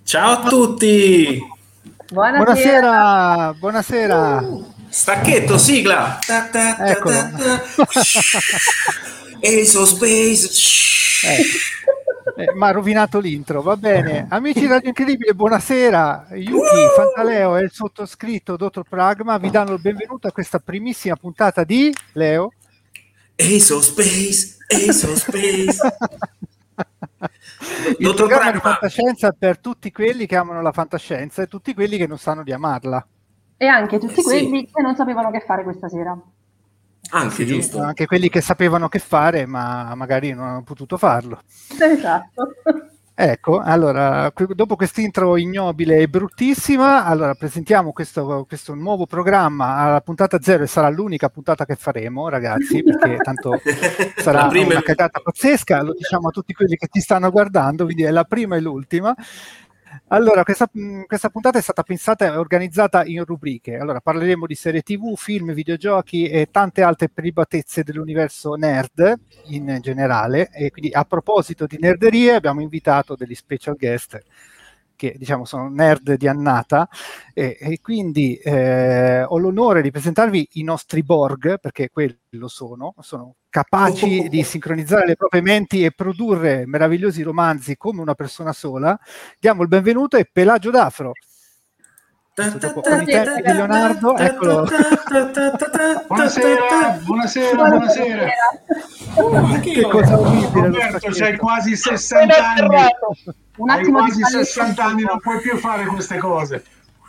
Ciao a tutti! Buonasera, buonasera. Stacchetto, sigla! Eccolo. Ace of Space! Mi ha rovinato l'intro, va bene. Amici Radio Incredibile, buonasera. Yuki, Fantaleo e il sottoscritto Dottor Pragma vi danno il benvenuto a questa primissima puntata di Leo. Ace of Space! Ace of Space! Il programma di fantascienza per tutti quelli che amano la fantascienza e tutti quelli che non sanno di amarla. E anche tutti quelli che non sapevano che fare questa sera. Anche sì, giusto. Anche quelli che sapevano che fare, ma magari non hanno potuto farlo. Esatto. Ecco, allora, dopo quest'intro ignobile e bruttissima, allora presentiamo questo nuovo programma alla puntata 0 e sarà l'unica puntata che faremo, ragazzi, perché tanto sarà una cagata pazzesca, lo diciamo a tutti quelli che ti stanno guardando, quindi è la prima e l'ultima. Allora, questa puntata è stata pensata e organizzata in rubriche. Allora, parleremo di serie TV, film, videogiochi e tante altre privatezze dell'universo nerd in generale. E quindi, a proposito di nerderie, abbiamo invitato degli special guest che, diciamo, sono nerd di annata e quindi ho l'onore di presentarvi i nostri Borg, perché quello sono capaci di sincronizzare le proprie menti e produrre meravigliosi romanzi come una persona sola. Diamo il benvenuto a Pelagio D'Afro. Dopo i tempi di Leonardo, eccolo. Buonasera. Che cosa orribile. Roberto, c'hai quasi 60 anni. Hai quasi 60 anni, non puoi più fare queste cose.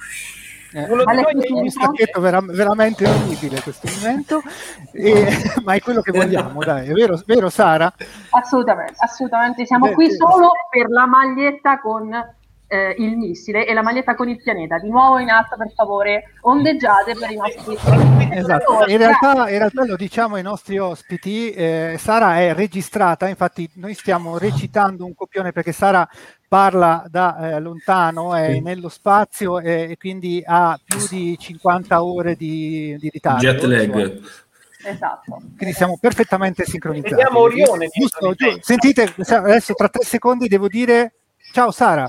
Un stacchetto veramente orribile questo momento, ma è quello che vogliamo, dai, è vero Sara? Assolutamente, siamo qui solo per la maglietta con il missile e la maglietta con il pianeta. Di nuovo in alto, per favore, ondeggiate per i nostri esatto. In realtà lo diciamo ai nostri ospiti, Sara è registrata, infatti noi stiamo recitando un copione perché Sara parla da lontano, è nello spazio e quindi ha più di 50 ore di ritardo. Jet lag. Esatto. Quindi siamo perfettamente sincronizzati. Vediamo Orione. Giusto. Sentite, adesso tra 3 secondi devo dire ciao Sara.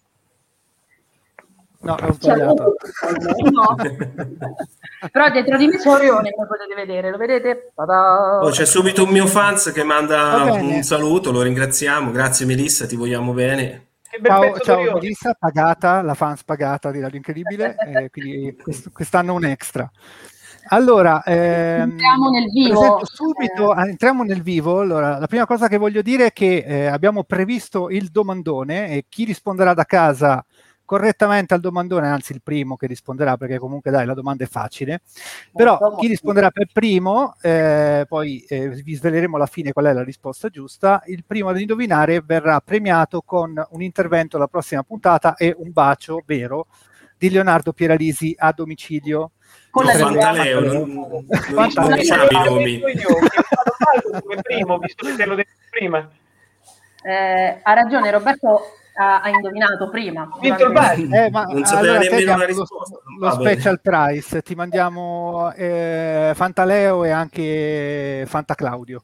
No, ho sbagliato. No. Però dietro di me c'è Orione, come potete vedere, lo vedete? C'è subito un mio fans che manda un saluto, lo ringraziamo, grazie Melissa, ti vogliamo bene. Ciao Melissa, pagata, la fans pagata di Radio Incredibile, quindi quest'anno un extra. Allora, entriamo nel vivo. Entriamo nel vivo. Allora, la prima cosa che voglio dire è che abbiamo previsto il domandone e chi risponderà da casa correttamente al domandone, anzi il primo che risponderà, perché comunque dai, la domanda è facile, però chi risponderà per primo, poi vi sveleremo alla fine qual è la risposta giusta, il primo ad indovinare verrà premiato con un intervento alla prossima puntata e un bacio vero di Leonardo Pieralisi a domicilio. Con la Fantaleo, non diciamo i nomi. Come primo, visto che te l'ho detto prima. Ha ragione Roberto, ha indovinato prima. Ma non sapeva nemmeno la risposta. Lo special prize, ti mandiamo Fantaleo e anche Fanta Claudio.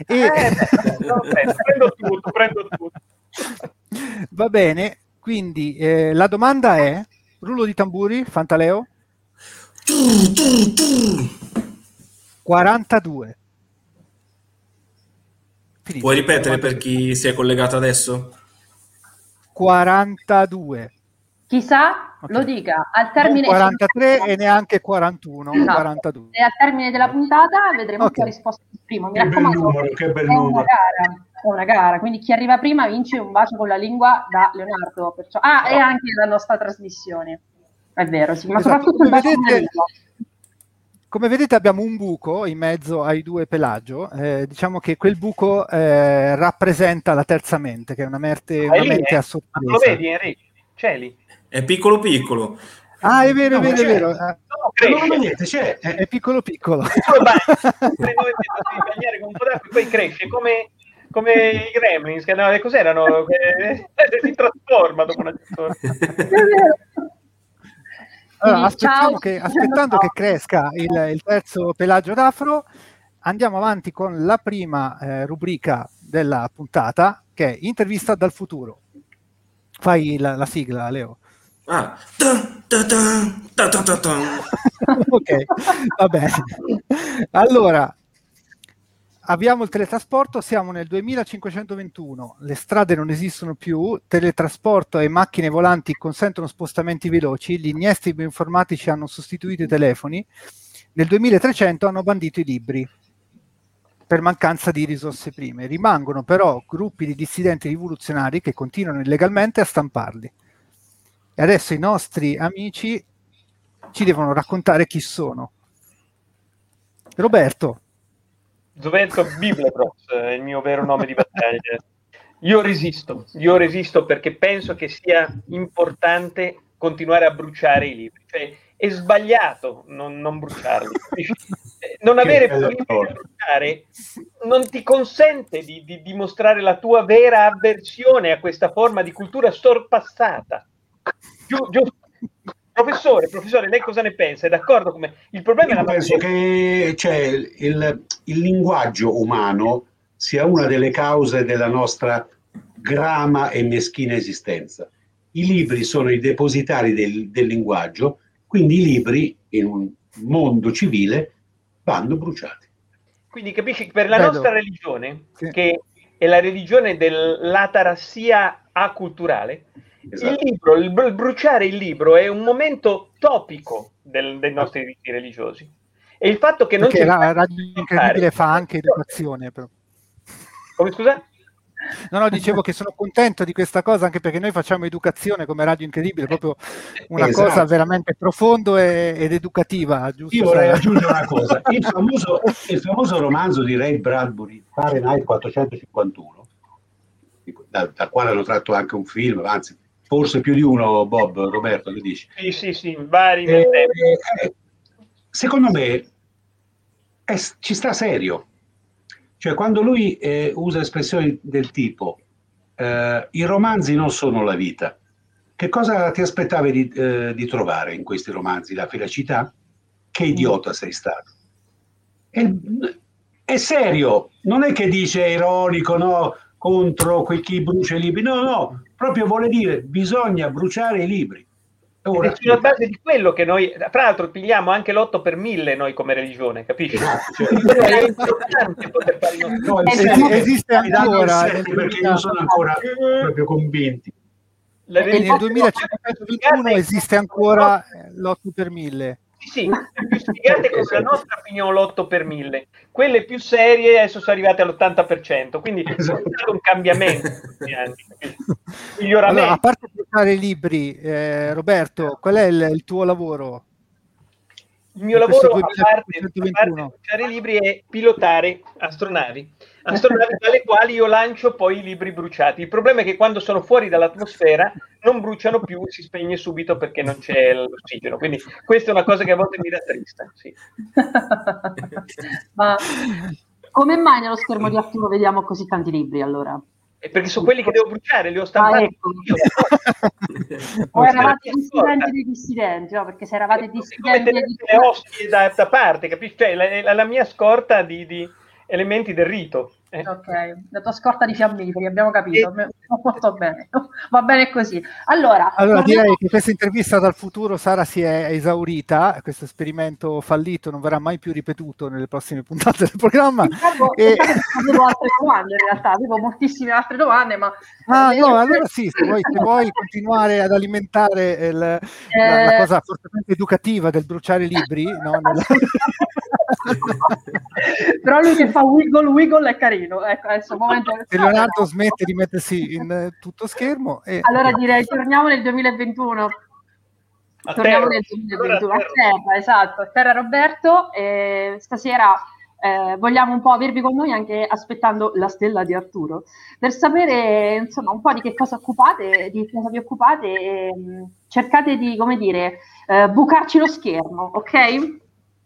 Prendo tutto. Va bene, quindi la domanda è, rullo di tamburi, Fantaleo? 42. Finito. Puoi ripetere per chi si è collegato adesso? 42. Chissà, okay. Lo dica al termine. Non 43 e neanche 41. No. 42. E al termine della puntata vedremo la risposta del primo. Mi raccomando, che bel numero. È una gara, quindi chi arriva prima vince un bacio con la lingua da Leonardo. Perciò, e anche la nostra trasmissione. È vero, sì, ma soprattutto il bacio con la lingua. Come vedete abbiamo un buco in mezzo ai due Pelagio, diciamo che quel buco rappresenta la terza mente, che è una mente a sorpresa. Lo vedi Enrico? C'è lì. È piccolo piccolo. Ah, è vero, è vero. Non lo vedete, c'è. È piccolo. Dove bagnare con un po' d'acqua e poi cresce come i Gremlins, che cos'erano? Si trasforma dopo una certa. Allora, aspettando che cresca il terzo Pelagio d'Afro, andiamo avanti con la prima rubrica della puntata, che è Intervista dal futuro. Fai la sigla, Leo. Ah. Ok, va bene. Allora, abbiamo il teletrasporto, siamo nel 2521, le strade non esistono più, teletrasporto e macchine volanti consentono spostamenti veloci, gli innesti bioinformatici hanno sostituito i telefoni, nel 2300 hanno bandito i libri per mancanza di risorse prime. Rimangono però gruppi di dissidenti rivoluzionari che continuano illegalmente a stamparli. E adesso i nostri amici ci devono raccontare chi sono. Roberto. Bibleprox è il mio vero nome di battaglia. Io resisto perché penso che sia importante continuare a bruciare i libri. Cioè, è sbagliato non bruciarli. Non avere più libri da bruciare non ti consente di dimostrare la tua vera avversione a questa forma di cultura sorpassata. Professore, lei cosa ne pensa? È d'accordo? Il problema Io penso che il linguaggio umano sia una delle cause della nostra grama e meschina esistenza. I libri sono i depositari del linguaggio, quindi i libri in un mondo civile vanno bruciati. Quindi capisci, per la nostra religione, che è la religione dell'atarassia aculturale, esatto. Il bruciare il libro è un momento topico dei nostri riti religiosi. E il fatto che non c'è Radio Incredibile fa anche educazione. Però. Come scusa? No, dicevo che sono contento di questa cosa, anche perché noi facciamo educazione come Radio Incredibile, proprio una cosa veramente profonda ed educativa. Giusto? Io vorrei aggiungere una cosa. Il famoso romanzo di Ray Bradbury, Fahrenheit 451, dal quale hanno tratto anche un film, anzi, forse più di uno, Bob, Roberto, che dici? Sì, vari. Secondo me ci sta serio. Cioè, quando lui usa espressioni del tipo i romanzi non sono la vita, che cosa ti aspettavi di trovare in questi romanzi? La felicità? Che idiota sei stato. È serio, non è che dice ironico, no, contro chi brucia i libri, no, proprio vuole dire bisogna bruciare i libri. Ora, è sulla base di quello che noi, tra l'altro, pigliamo anche l'8 per 1000 noi come religione, capisci? È importante poter fare esiste ancora perché non sono ancora proprio convinti. Nel 2021 esiste ancora l'8 per 1000. Sì, le più spiegate come la nostra opinione l'8 per 1000. Quelle più serie adesso sono arrivate all'80%, quindi è stato un cambiamento. Allora, a parte portare i libri, Roberto, qual è il tuo lavoro? Il mio lavoro, a parte portare libri, è pilotare astronavi dalle quali io lancio poi i libri bruciati. Il problema è che quando sono fuori dall'atmosfera non bruciano più, si spegne subito perché non c'è l'ossigeno. Quindi questa è una cosa che a volte mi dà triste. Sì. Ma come mai nello schermo di Arturo vediamo così tanti libri allora? Perché sono quelli che devo bruciare, li ho stampati io. O eravate dissidenti dei dissidenti, no? Perché se eravate dissidenti le ostie da parte, capisci? Cioè, la mia scorta di elementi del rito. Ok, la tua scorta di fiammiferi, abbiamo capito, molto bene, va bene così. Allora direi che questa intervista dal futuro, Sara, si è esaurita, questo esperimento fallito non verrà mai più ripetuto nelle prossime puntate del programma. Avevo altre domande in realtà, avevo moltissime altre domande, ma... allora sì, se vuoi continuare ad alimentare la cosa fortemente educativa del bruciare libri, no? Però lui che fa wiggle è carino. Ecco, adesso se Leonardo smette di mettersi in tutto schermo allora direi torniamo nel 2021 a terra, esatto, a terra Roberto, stasera vogliamo un po' avervi con noi anche aspettando la stella di Arturo per sapere insomma un po' di che cosa occupate, di cosa vi occupate e cercate di, come dire, bucarci lo schermo, ok?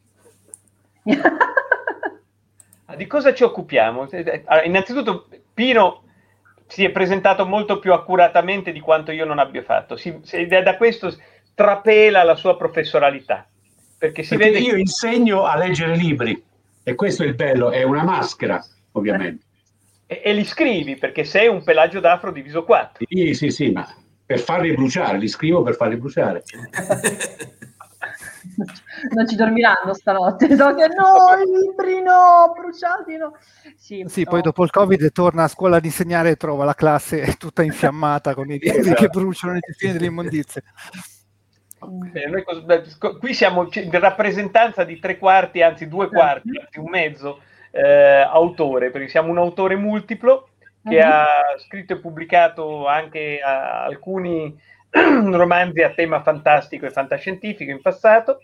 Di cosa ci occupiamo? Allora, innanzitutto Pino si è presentato molto più accuratamente di quanto io non abbia fatto. Da questo trapela la sua professionalità. Perché vede... io insegno a leggere libri e questo è il bello, è una maschera, ovviamente. E li scrivi, perché sei un Pelagio d'Afro diviso 4. Sì, ma per farli bruciare, li scrivo per farli bruciare. Non ci dormiranno stanotte, so che no, i libri no, bruciati no. Sì, Sì, no. poi dopo il Covid torna a scuola ad insegnare e trova la classe tutta infiammata con i libri che bruciano nei cestini delle immondizie. Noi qui siamo in rappresentanza di 3/4, anzi 2/4, anzi un mezzo autore, perché siamo un autore multiplo che ha scritto e pubblicato anche alcuni romanzi a tema fantastico e fantascientifico in passato,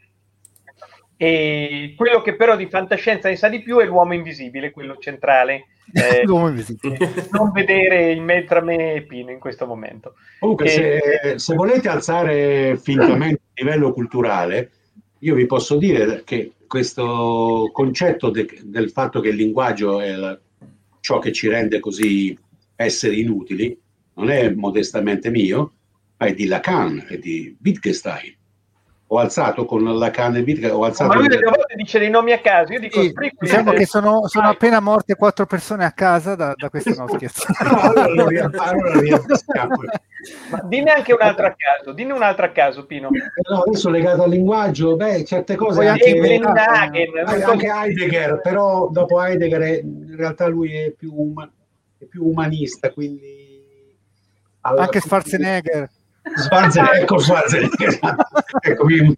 e quello che però di fantascienza ne sa di più è l'uomo invisibile, quello centrale. L'uomo invisibile. Non vedere in mezzo a me e Pino in questo momento. Comunque, se volete alzare fintamente il livello culturale, io vi posso dire che questo concetto del fatto che il linguaggio è ciò che ci rende così esseri inutili non è modestamente mio, ma è di Lacan e di Wittgenstein. Ho alzato con Lacan e Wittgenstein. Ma lui delle volte dice dei nomi a caso. Io dico, sì, diciamo che sono appena morte 4 persone a casa da questo, no scherzo. Ma dimmi anche un altro a caso, dimmi un altro a caso, Pino. No, adesso legato al linguaggio, certe cose anche Heidegger, però dopo Heidegger in realtà lui è più umanista, quindi anche Schwarzenegger. Schwarzenegger. Eccomi.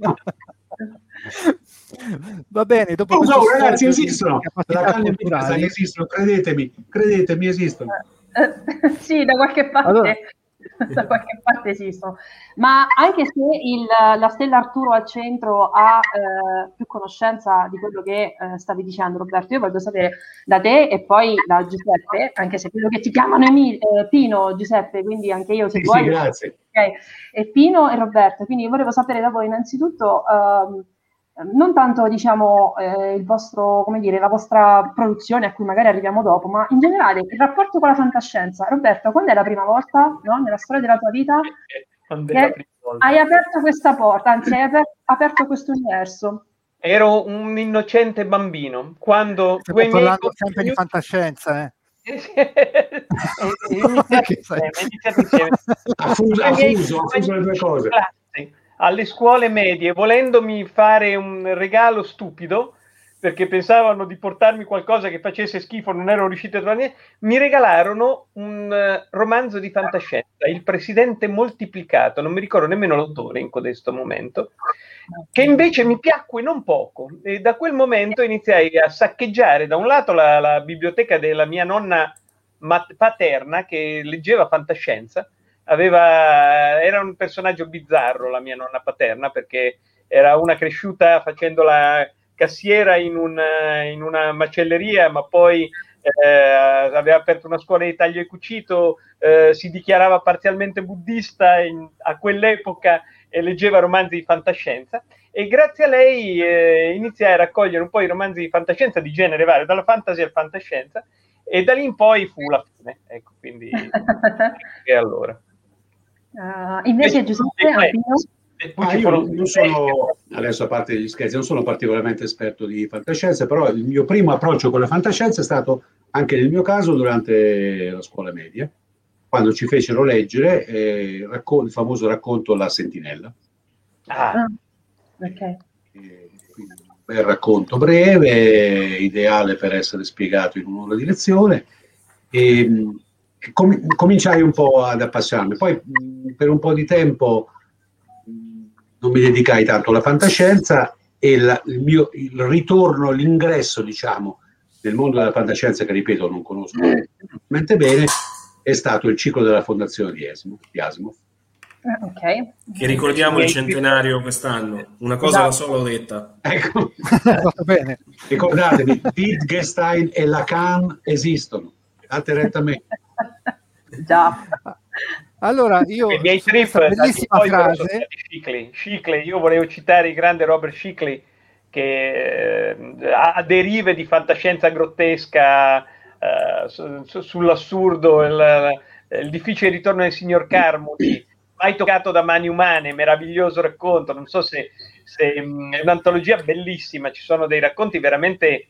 Va bene, dopo ragazzi, esistono, esistono, credetemi, esistono. Sì, da qualche parte. Allora. Da qualche parte esistono, ma anche se la stella Arturo al centro ha più conoscenza di quello che stavi dicendo, Roberto, io voglio sapere da te e poi da Giuseppe, anche se quello che ti chiamano Pino, Giuseppe, quindi anche io se vuoi. Sì, grazie. Okay. E Pino e Roberto, quindi volevo sapere da voi innanzitutto non tanto diciamo il vostro, come dire, la vostra produzione a cui magari arriviamo dopo, ma in generale il rapporto con la fantascienza. Roberto, quando è la prima volta, no, nella storia della tua vita che hai aperto questa porta, anzi hai aperto questo universo? Ero un innocente bambino quando stiamo parlando sempre di fantascienza, iniziati insieme. Ha fuso le due cose. Alle scuole medie, volendomi fare un regalo stupido, perché pensavano di portarmi qualcosa che facesse schifo, non ero riuscito a trovare, mi regalarono un romanzo di fantascienza, Il Presidente Moltiplicato, non mi ricordo nemmeno l'autore in questo momento, che invece mi piacque non poco, e da quel momento iniziai a saccheggiare da un lato la biblioteca della mia nonna paterna, che leggeva fantascienza. Era un personaggio bizzarro la mia nonna paterna, perché era una cresciuta facendo la cassiera in una macelleria, ma poi aveva aperto una scuola di taglio e cucito, si dichiarava parzialmente buddista a quell'epoca e leggeva romanzi di fantascienza, e grazie a lei iniziai a raccogliere un po' i romanzi di fantascienza di genere vario, dalla fantasy al fantascienza, e da lì in poi fu la fine, ecco, quindi e allora invece Giuseppe io non sono, adesso a parte gli scherzi, non sono particolarmente esperto di fantascienza, però il mio primo approccio con la fantascienza è stato anche nel mio caso durante la scuola media, quando ci fecero leggere il famoso racconto La Sentinella. Ok. Quindi un bel racconto breve, ideale per essere spiegato in un'ora di lezione, e cominciai un po' ad appassionarmi. Poi per un po' di tempo non mi dedicai tanto alla fantascienza, e il ritorno, l'ingresso, diciamo, nel mondo della fantascienza, che ripeto non conosco veramente bene, è stato il ciclo della fondazione di Asimov. Okay. Che ricordiamo il centenario quest'anno, una cosa la sola l'ho detta. Ecco. Bene. Ricordatevi, Wittgenstein e Lacan esistono, date retta a me. Già. Allora, io i miei trip, bellissima frase. Shickley, io volevo citare il grande Robert Shickley, che ha derive di fantascienza grottesca sull'assurdo, il difficile ritorno del signor Carmody, mai toccato da mani umane, meraviglioso racconto. Non so se è un'antologia bellissima, ci sono dei racconti veramente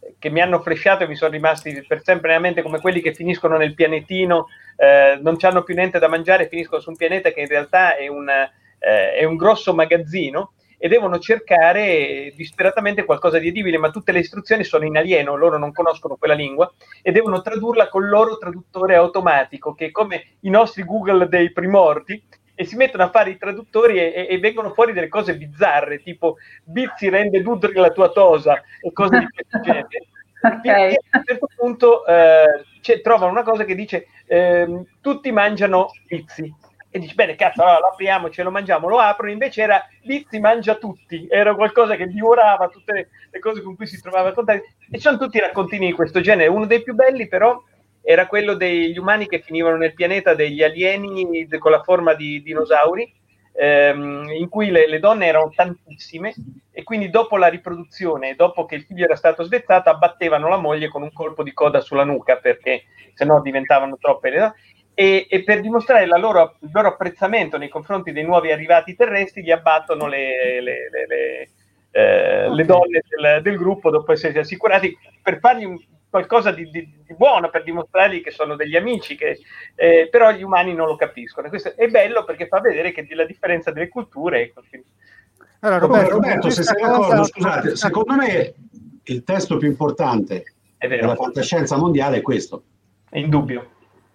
che mi hanno flashato e mi sono rimasti per sempre nella mente, come quelli che finiscono nel pianetino, non hanno più niente da mangiare e finiscono su un pianeta che in realtà è un grosso magazzino, e devono cercare disperatamente qualcosa di edibile, ma tutte le istruzioni sono in alieno, loro non conoscono quella lingua e devono tradurla col loro traduttore automatico, che è come i nostri Google dei primordi, e si mettono a fare i traduttori e vengono fuori delle cose bizzarre, tipo Bizzi rende Dudri la tua tosa e cose di questo genere. Okay. A un certo punto trovano una cosa che dice tutti mangiano Bizzi. E dici, bene, cazzo, allora lo apriamo, ce lo mangiamo, lo aprono, invece era Bizzi mangia tutti, era qualcosa che divorava tutte le cose con cui si trovava a contatto, e ci sono tutti i raccontini di questo genere. Uno dei più belli però era quello degli umani che finivano nel pianeta degli alieni con la forma di dinosauri, in cui le donne erano tantissime, e quindi dopo la riproduzione, dopo che il figlio era stato svezzato, abbattevano la moglie con un colpo di coda sulla nuca, perché sennò diventavano troppe. E per dimostrare il loro apprezzamento nei confronti dei nuovi arrivati terrestri, gli abbattono le donne del gruppo dopo essersi assicurati, per fargli qualcosa di buono, per dimostrargli che sono degli amici, però gli umani non lo capiscono. Questo è bello perché fa vedere che la differenza delle culture. Allora, Roberto, se sei d'accordo, scusate, secondo me il testo più importante della fantascienza mondiale è questo. È indubbio.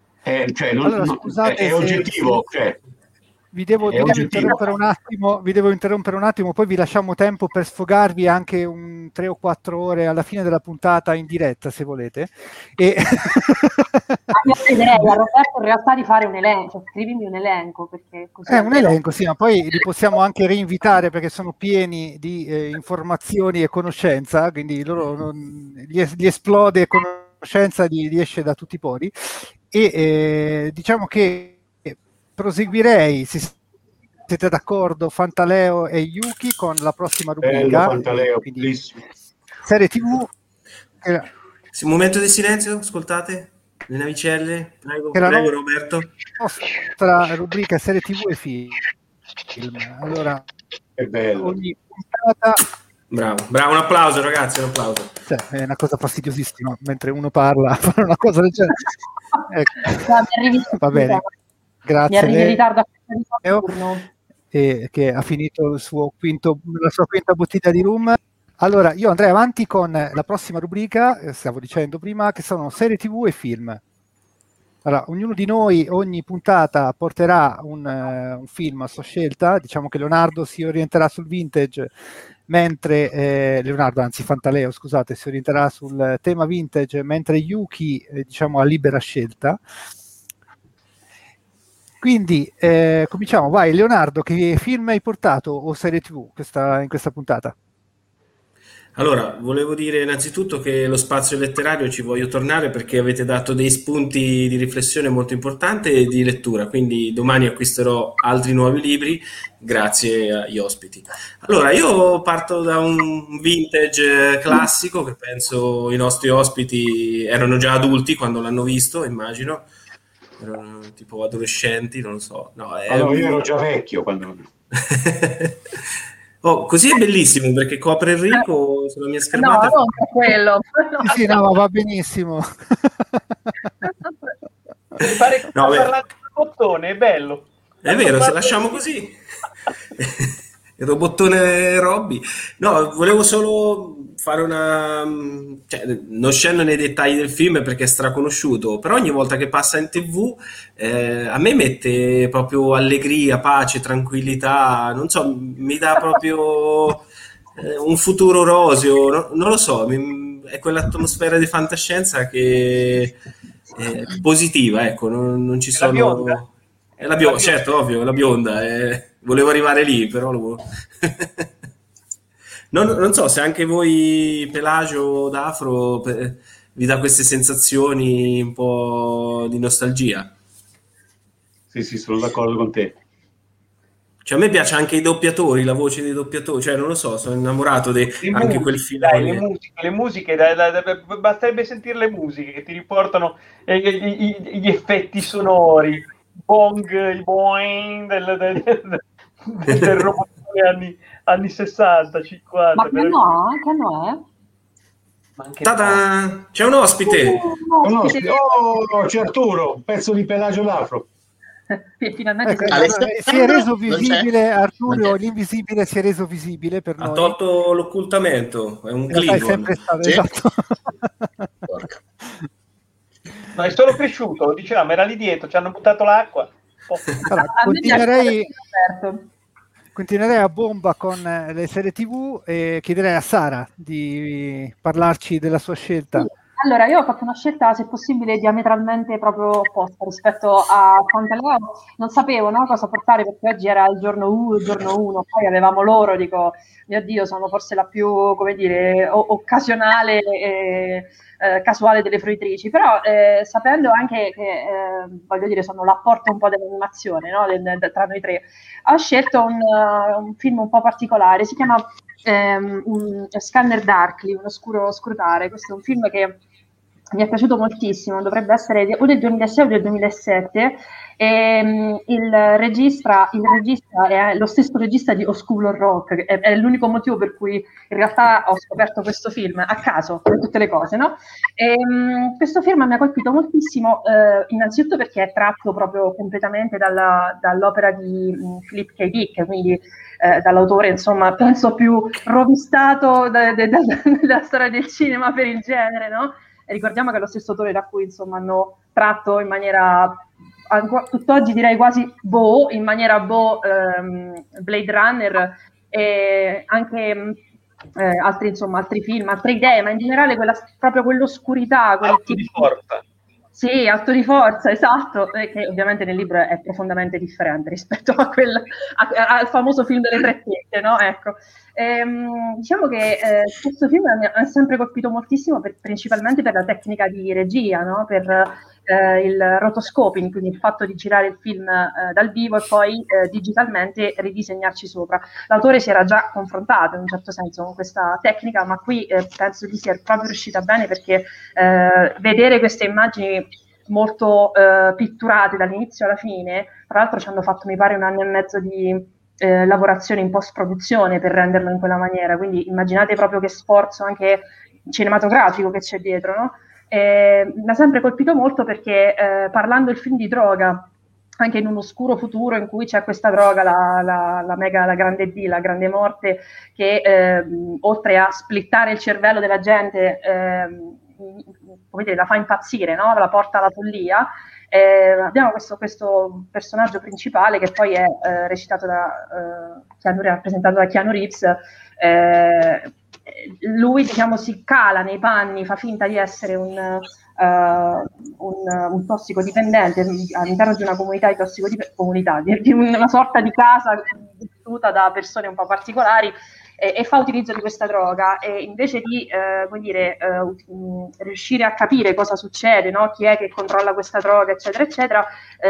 Scusate, è oggettivo. Vi devo interrompere un attimo, poi vi lasciamo tempo per sfogarvi anche 3 o 4 ore alla fine della puntata in diretta, se volete. Io chiederei a Roberto in realtà di fare un elenco, scrivimi un elenco. Perché così un elenco, sì, ma poi li possiamo anche reinvitare perché sono pieni di informazioni e conoscenza, quindi loro gli esplode conoscenza, gli esce da tutti i pori. E diciamo che proseguirei, se siete d'accordo, Fantaleo e Yuki con la prossima rubrica. Fantaleo, quindi, serie TV. Un momento di silenzio, ascoltate le navicelle, prego Roberto. La nostra rubrica serie TV e film. Allora, che bello. Ogni puntata. Bravo, un applauso ragazzi, un applauso. È una cosa fastidiosissima mentre uno parla, fare una cosa del genere. Va bene, grazie. Mi arrivi in ritardo a che ha finito la sua quinta bottiglia di rum. Allora, io andrei avanti con la prossima rubrica, stavo dicendo prima, che sono serie TV e film. Allora, ognuno di noi, ogni puntata, porterà un film a sua scelta. Diciamo che Leonardo si orienterà sul vintage, mentre Fantaleo, scusate, si orienterà sul tema vintage, mentre Yuki, ha libera scelta. Quindi, cominciamo. Vai, Leonardo, che film hai portato o serie TV in questa puntata? Allora, volevo dire innanzitutto che lo spazio letterario ci voglio tornare perché avete dato dei spunti di riflessione molto importanti e di lettura, quindi domani acquisterò altri nuovi libri grazie agli ospiti. Allora, io parto da un vintage classico che penso i nostri ospiti erano già adulti quando l'hanno visto, immagino, erano tipo adolescenti, non lo so. No, allora, io ero già vecchio quando... Oh, così è bellissimo perché copre Enrico sulla mia schermata. No, non è quello. Sì, no, ma va benissimo. Mi pare che sta parlando del bottone, è bello. È vero, se lasciamo così. Il robottone Robby. No, volevo solo fare non scendo nei dettagli del film perché è straconosciuto, però ogni volta che passa in TV a me mette proprio allegria, pace, tranquillità, non so, mi dà proprio un futuro roseo, non lo so, è quell'atmosfera di fantascienza che è positiva, ecco, non ci sono... Bionda? È la bionda, certo, ovvio, la bionda, volevo arrivare lì, però non so se anche voi, Pelagio, D'Afro, vi dà queste sensazioni un po' di nostalgia. Sì, sono d'accordo con te. Cioè, a me piace anche i doppiatori, la voce dei doppiatori, cioè non lo so, sono innamorato di anche quel finale. Le musiche, basterebbe sentire le musiche che ti riportano gli effetti sonori, i boing del robottone anni 60, 50. Ma che anno è? Ta-da! C'è un ospite! Oh, c'è Arturo, un pezzo di Pelagio Lafro. Finalmente si è reso visibile, Arturo, l'invisibile si è reso visibile per noi. Ha tolto l'occultamento, è un Klingon. È sempre stato, esatto. No, è solo cresciuto, lo dicevamo, era lì dietro, ci hanno buttato l'acqua. Allora, continuerei a bomba con le serie TV e chiederei a Sara di parlarci della sua scelta. Allora, io ho fatto una scelta, se possibile, diametralmente proprio opposta rispetto a Pantaleo. Non sapevo, no, cosa portare, perché oggi era il giorno 1, poi avevamo loro, dico, mio Dio, sono forse la più, come dire, occasionale e casuale delle fruitrici, però sapendo anche che, voglio dire, sono l'apporto un po' dell'animazione, no, tra noi tre, ho scelto un film un po' particolare, si chiama Scanner Darkly, un oscuro scrutare. Questo è un film che mi è piaciuto moltissimo, dovrebbe essere o del 2006 o del 2007. Il regista è lo stesso regista di Oscuro Rock, è l'unico motivo per cui in realtà ho scoperto questo film a caso, per tutte le cose, no? Questo film mi ha colpito moltissimo, innanzitutto perché è tratto proprio completamente dall'opera di Philip K. Dick, quindi dall'autore, insomma, penso più rovistato della storia del cinema per il genere, no? E ricordiamo che è lo stesso autore da cui, insomma, hanno tratto in maniera, tutt'oggi direi quasi in maniera Blade Runner e anche altri film, altre idee, ma in generale proprio quell'oscurità, Atto di forza. Sì, Atto di forza, esatto, che ovviamente nel libro è profondamente differente rispetto al famoso film delle tre tette, no? Ecco. Diciamo che questo film mi ha sempre colpito moltissimo, principalmente per la tecnica di regia, no? Per il rotoscoping, quindi il fatto di girare il film dal vivo e poi digitalmente ridisegnarci sopra. L'autore si era già confrontato in un certo senso con questa tecnica, ma qui penso che sia proprio riuscita bene, perché vedere queste immagini molto pitturate dall'inizio alla fine, tra l'altro ci hanno fatto, mi pare, 1 anno e mezzo di lavorazione in post-produzione per renderlo in quella maniera, quindi immaginate proprio che sforzo anche cinematografico che c'è dietro, no? Mi ha sempre colpito molto perché parlando del film di droga, anche in un oscuro futuro in cui c'è questa droga, la grande D, la grande morte, che oltre a splittare il cervello della gente, come dire, la fa impazzire, no? La porta alla follia. Abbiamo questo personaggio principale che poi è rappresentato da Keanu Reeves. Lui, diciamo, si cala nei panni, fa finta di essere un tossicodipendente all'interno di una comunità di di una sorta di casa vissuta da persone un po' particolari, e fa utilizzo di questa droga, e invece di riuscire a capire cosa succede, no? Chi è che controlla questa droga, eccetera eccetera,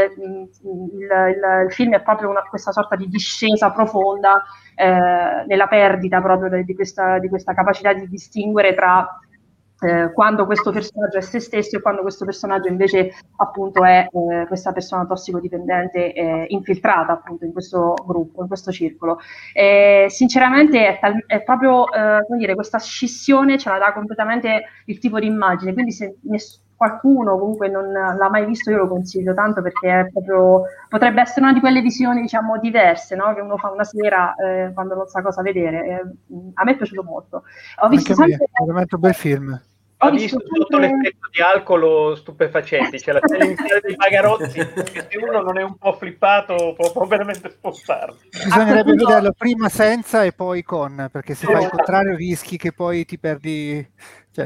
il film è proprio questa sorta di discesa profonda nella perdita proprio di questa capacità di distinguere tra quando questo personaggio è se stesso e quando questo personaggio invece appunto è questa persona tossicodipendente infiltrata appunto in questo gruppo, in questo circolo. Sinceramente è proprio come dire, questa scissione ce la dà completamente il tipo di immagine, quindi se qualcuno comunque non l'ha mai visto, io lo consiglio tanto, perché è proprio, potrebbe essere una di quelle visioni, diciamo, diverse, no? Che uno fa una sera quando non sa cosa vedere. A me è piaciuto molto. Ho visto è veramente un bel film. Ho visto sotto l'effetto di alcol o stupefacenti, c'è la serie iniziale dei Bagarozzi, che se uno non è un po' flippato può veramente spostarlo. Bisognerebbe vederlo prima senza e poi con, perché se fai il contrario rischi che poi ti perdi, cioè,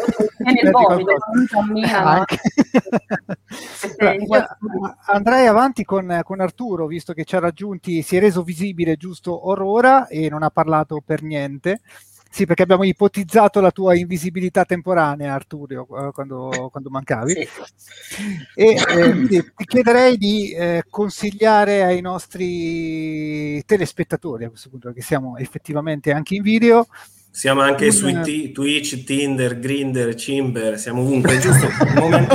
andrei avanti con Arturo, visto che ci ha raggiunti, si è reso visibile giusto Aurora e non ha parlato per niente. Sì, perché abbiamo ipotizzato la tua invisibilità temporanea, Arturo, quando mancavi. Sì. E quindi ti chiederei di consigliare ai nostri telespettatori, a questo punto, che siamo effettivamente anche in video. Siamo anche su Twitch, Tinder, Grindr, Cimber, siamo ovunque, giusto? Un momento.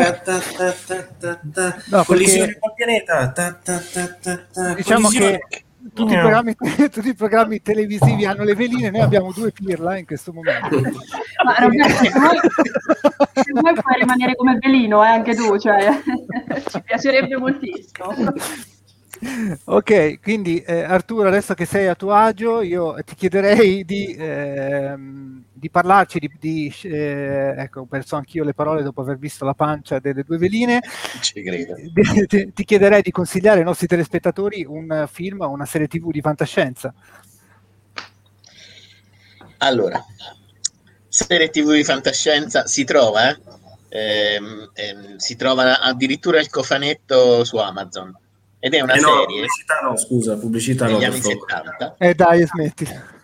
No, collisione col pianeta. Diciamo che tutti i programmi televisivi hanno le veline, noi abbiamo 2 pirla in questo momento. Ma Roberto, se vuoi puoi rimanere come velino, anche tu, cioè ci piacerebbe moltissimo. Ok, quindi Arturo, adesso che sei a tuo agio, io ti chiederei di parlarci ecco, ho perso anch'io le parole dopo aver visto la pancia delle 2 veline. Ci credo. Ti chiederei di consigliare ai nostri telespettatori un film o una serie TV di fantascienza. Allora, serie TV di fantascienza si trova, si trova addirittura il cofanetto su Amazon. Ed è una serie pubblicità degli no, anni 70. Dai, smetti.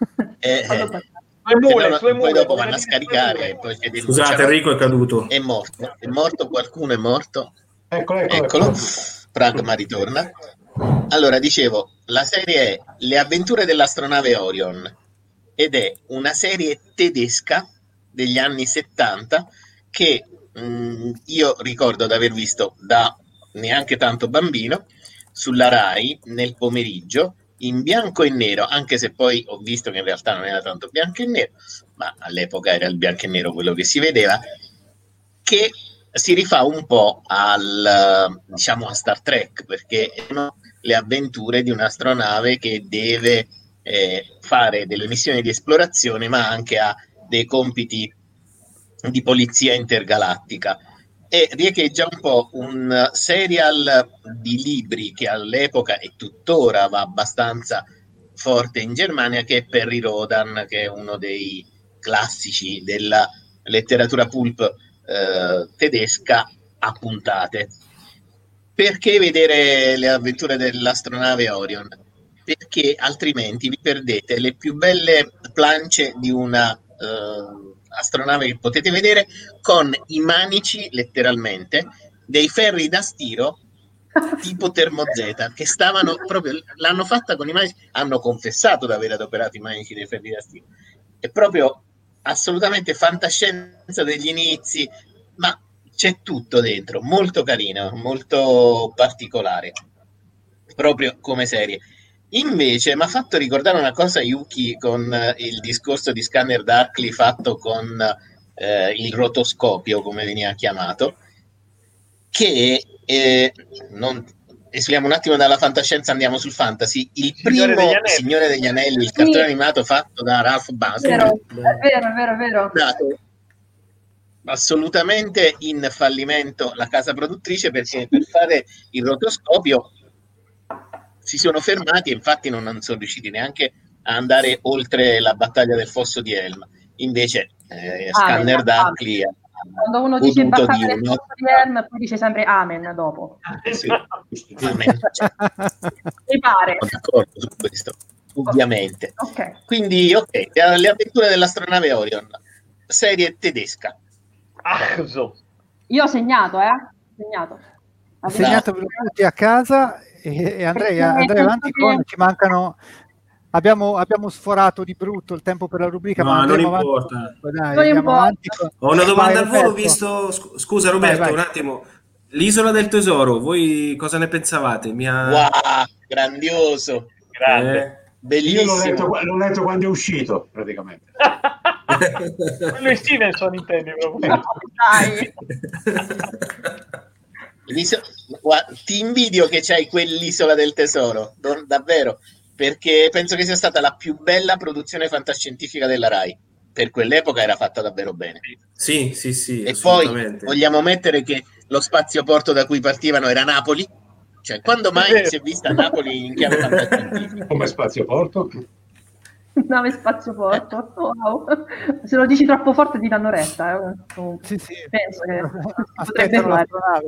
Poi dopo vanno a scaricare e poi scusate, Enrico è caduto. È morto, qualcuno è morto. Eccolo. Pragma ritorna. Allora, dicevo, la serie è Le avventure dell'astronave Orion ed è una serie tedesca degli anni 70 che io ricordo di aver visto da neanche tanto bambino sulla Rai nel pomeriggio in bianco e nero, anche se poi ho visto che in realtà non era tanto bianco e nero, ma all'epoca era il bianco e nero quello che si vedeva, che si rifà un po' diciamo a Star Trek, perché sono le avventure di un'astronave che deve fare delle missioni di esplorazione, ma anche ha dei compiti di polizia intergalattica. E riecheggia un po' un serial di libri che all'epoca e tuttora va abbastanza forte in Germania, che è Perry Rhodan, che è uno dei classici della letteratura pulp tedesca a puntate. Perché vedere le avventure dell'astronave Orion? Perché altrimenti vi perdete le più belle plance di una astronave che potete vedere, con i manici letteralmente dei ferri da stiro tipo Termozeta, che stavano proprio, l'hanno fatta con i manici, hanno confessato di aver adoperato i manici dei ferri da stiro. È proprio assolutamente fantascienza degli inizi, ma c'è tutto dentro, molto carino, molto particolare, proprio come serie. Invece mi ha fatto ricordare una cosa Yuki con il discorso di Scanner Darkly fatto con il rotoscopio, come veniva chiamato, che esiliamo un attimo dalla fantascienza, andiamo sul fantasy. Il primo Signore degli Anelli, il cartone animato fatto da Ralph Bakshi, è vero. Assolutamente in fallimento la casa produttrice, perché per fare il rotoscopio si sono fermati e infatti non sono riusciti neanche a andare oltre la battaglia del fosso di Helm. Invece Scanner Darkly quando uno dice battaglia del fosso di Helm poi dice sempre amen dopo. Sì, amen. Mi pare. Sono d'accordo su questo, ovviamente. Okay. Quindi le avventure dell'astronave Orion, serie tedesca. Io ho segnato, segnato per tutti a casa. E andrei avanti con ci mancano, abbiamo sforato di brutto il tempo per la rubrica, ma non andiamo importa. avanti Ho una domanda al volo, visto, scusa Roberto, vai. Un attimo, l'Isola del Tesoro, voi cosa ne pensavate? Wow, grandioso, bellissimo. Io l'ho letto quando è uscito praticamente. Quello è Stevenson, intendi proprio. Dai. Ti invidio che c'hai quell'Isola del Tesoro, davvero, perché penso che sia stata la più bella produzione fantascientifica della Rai. Per quell'epoca era fatta davvero bene. Sì. E poi vogliamo mettere che lo spazioporto da cui partivano era Napoli? Cioè, quando mai si è vista Napoli in chiave fantascientifica? Come spazioporto? Nave spazioporto, wow. Se lo dici troppo forte ti danno retta. Sì. Penso che potrebbe fare.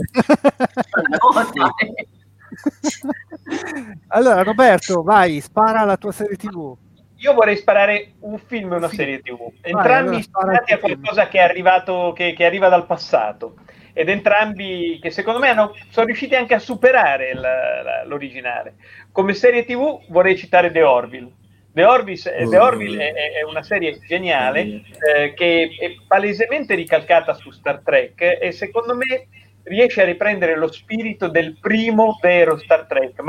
Allora Roberto, vai, spara la tua serie TV. Io vorrei sparare un film e una serie TV, entrambi ispirati a qualcosa che è arrivato, che arriva dal passato, ed entrambi che secondo me sono riusciti anche a superare l'originale. Come serie TV vorrei citare The Orville. The Orville è una serie geniale che è palesemente ricalcata su Star Trek e secondo me riesce a riprendere lo spirito del primo vero Star Trek, ma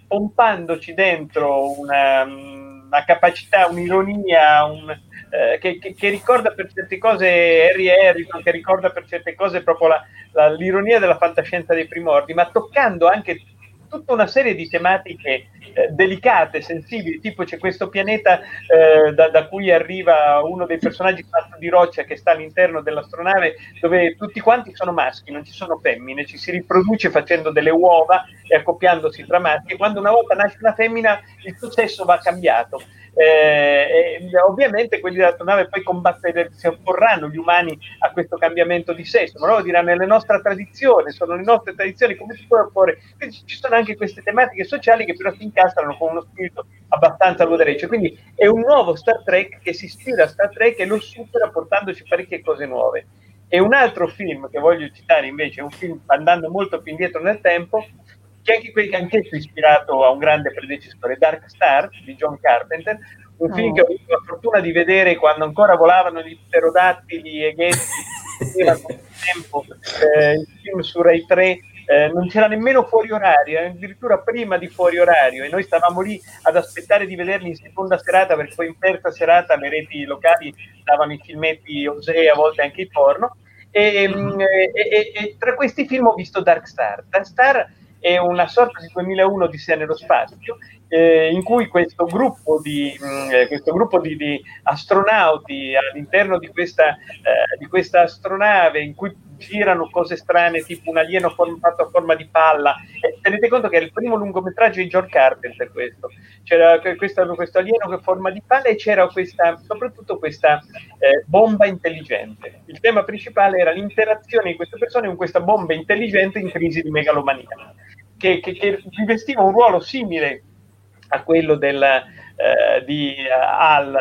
pompandoci dentro una capacità, un'ironia, che ricorda per certe cose Harry Harrison, che ricorda per certe cose proprio l'ironia della fantascienza dei primordi, ma toccando anche tutta una serie di tematiche delicate, sensibili, tipo c'è questo pianeta da cui arriva uno dei personaggi fatto di roccia che sta all'interno dell'astronave, dove tutti quanti sono maschi, non ci sono femmine, ci si riproduce facendo delle uova e accoppiandosi tra maschi, e quando una volta nasce una femmina il suo sesso va cambiato. Ovviamente quelli dell'astronave poi si opporranno gli umani a questo cambiamento di sesso, ma loro diranno è la nostra tradizione, sono le nostre tradizioni, come si può opporre? Quindi ci sono anche queste tematiche sociali che però si incastrano con uno spirito abbastanza lodereccio, quindi è un nuovo Star Trek che si ispira a Star Trek e lo supera portandoci parecchie cose nuove. E un altro film che voglio citare invece è un film andando molto più indietro nel tempo, che anch'esso ispirato a un grande predecessore, Dark Star di John Carpenter, un film che ho avuto la fortuna di vedere quando ancora volavano gli pterodattili e ghetti, era con tempo, il film su Rai 3, non c'era nemmeno fuori orario, addirittura prima di fuori orario, e noi stavamo lì ad aspettare di vederli in seconda serata, perché poi in terza serata le reti locali davano i filmetti osè, a volte anche i porno, e tra questi film ho visto Dark Star. Dark Star è una sorta di 2001 Odissea nello spazio, in cui questo gruppo di astronauti all'interno di questa astronave, in cui girano cose strane tipo un alieno fatto a forma di palla. Tenete conto che è il primo lungometraggio di John Carpenter questo. C'era questo alieno che forma di palla e c'era soprattutto questa bomba intelligente. Il tema principale era l'interazione di queste persone con questa bomba intelligente in crisi di megalomania, che rivestiva un ruolo simile a quello di HAL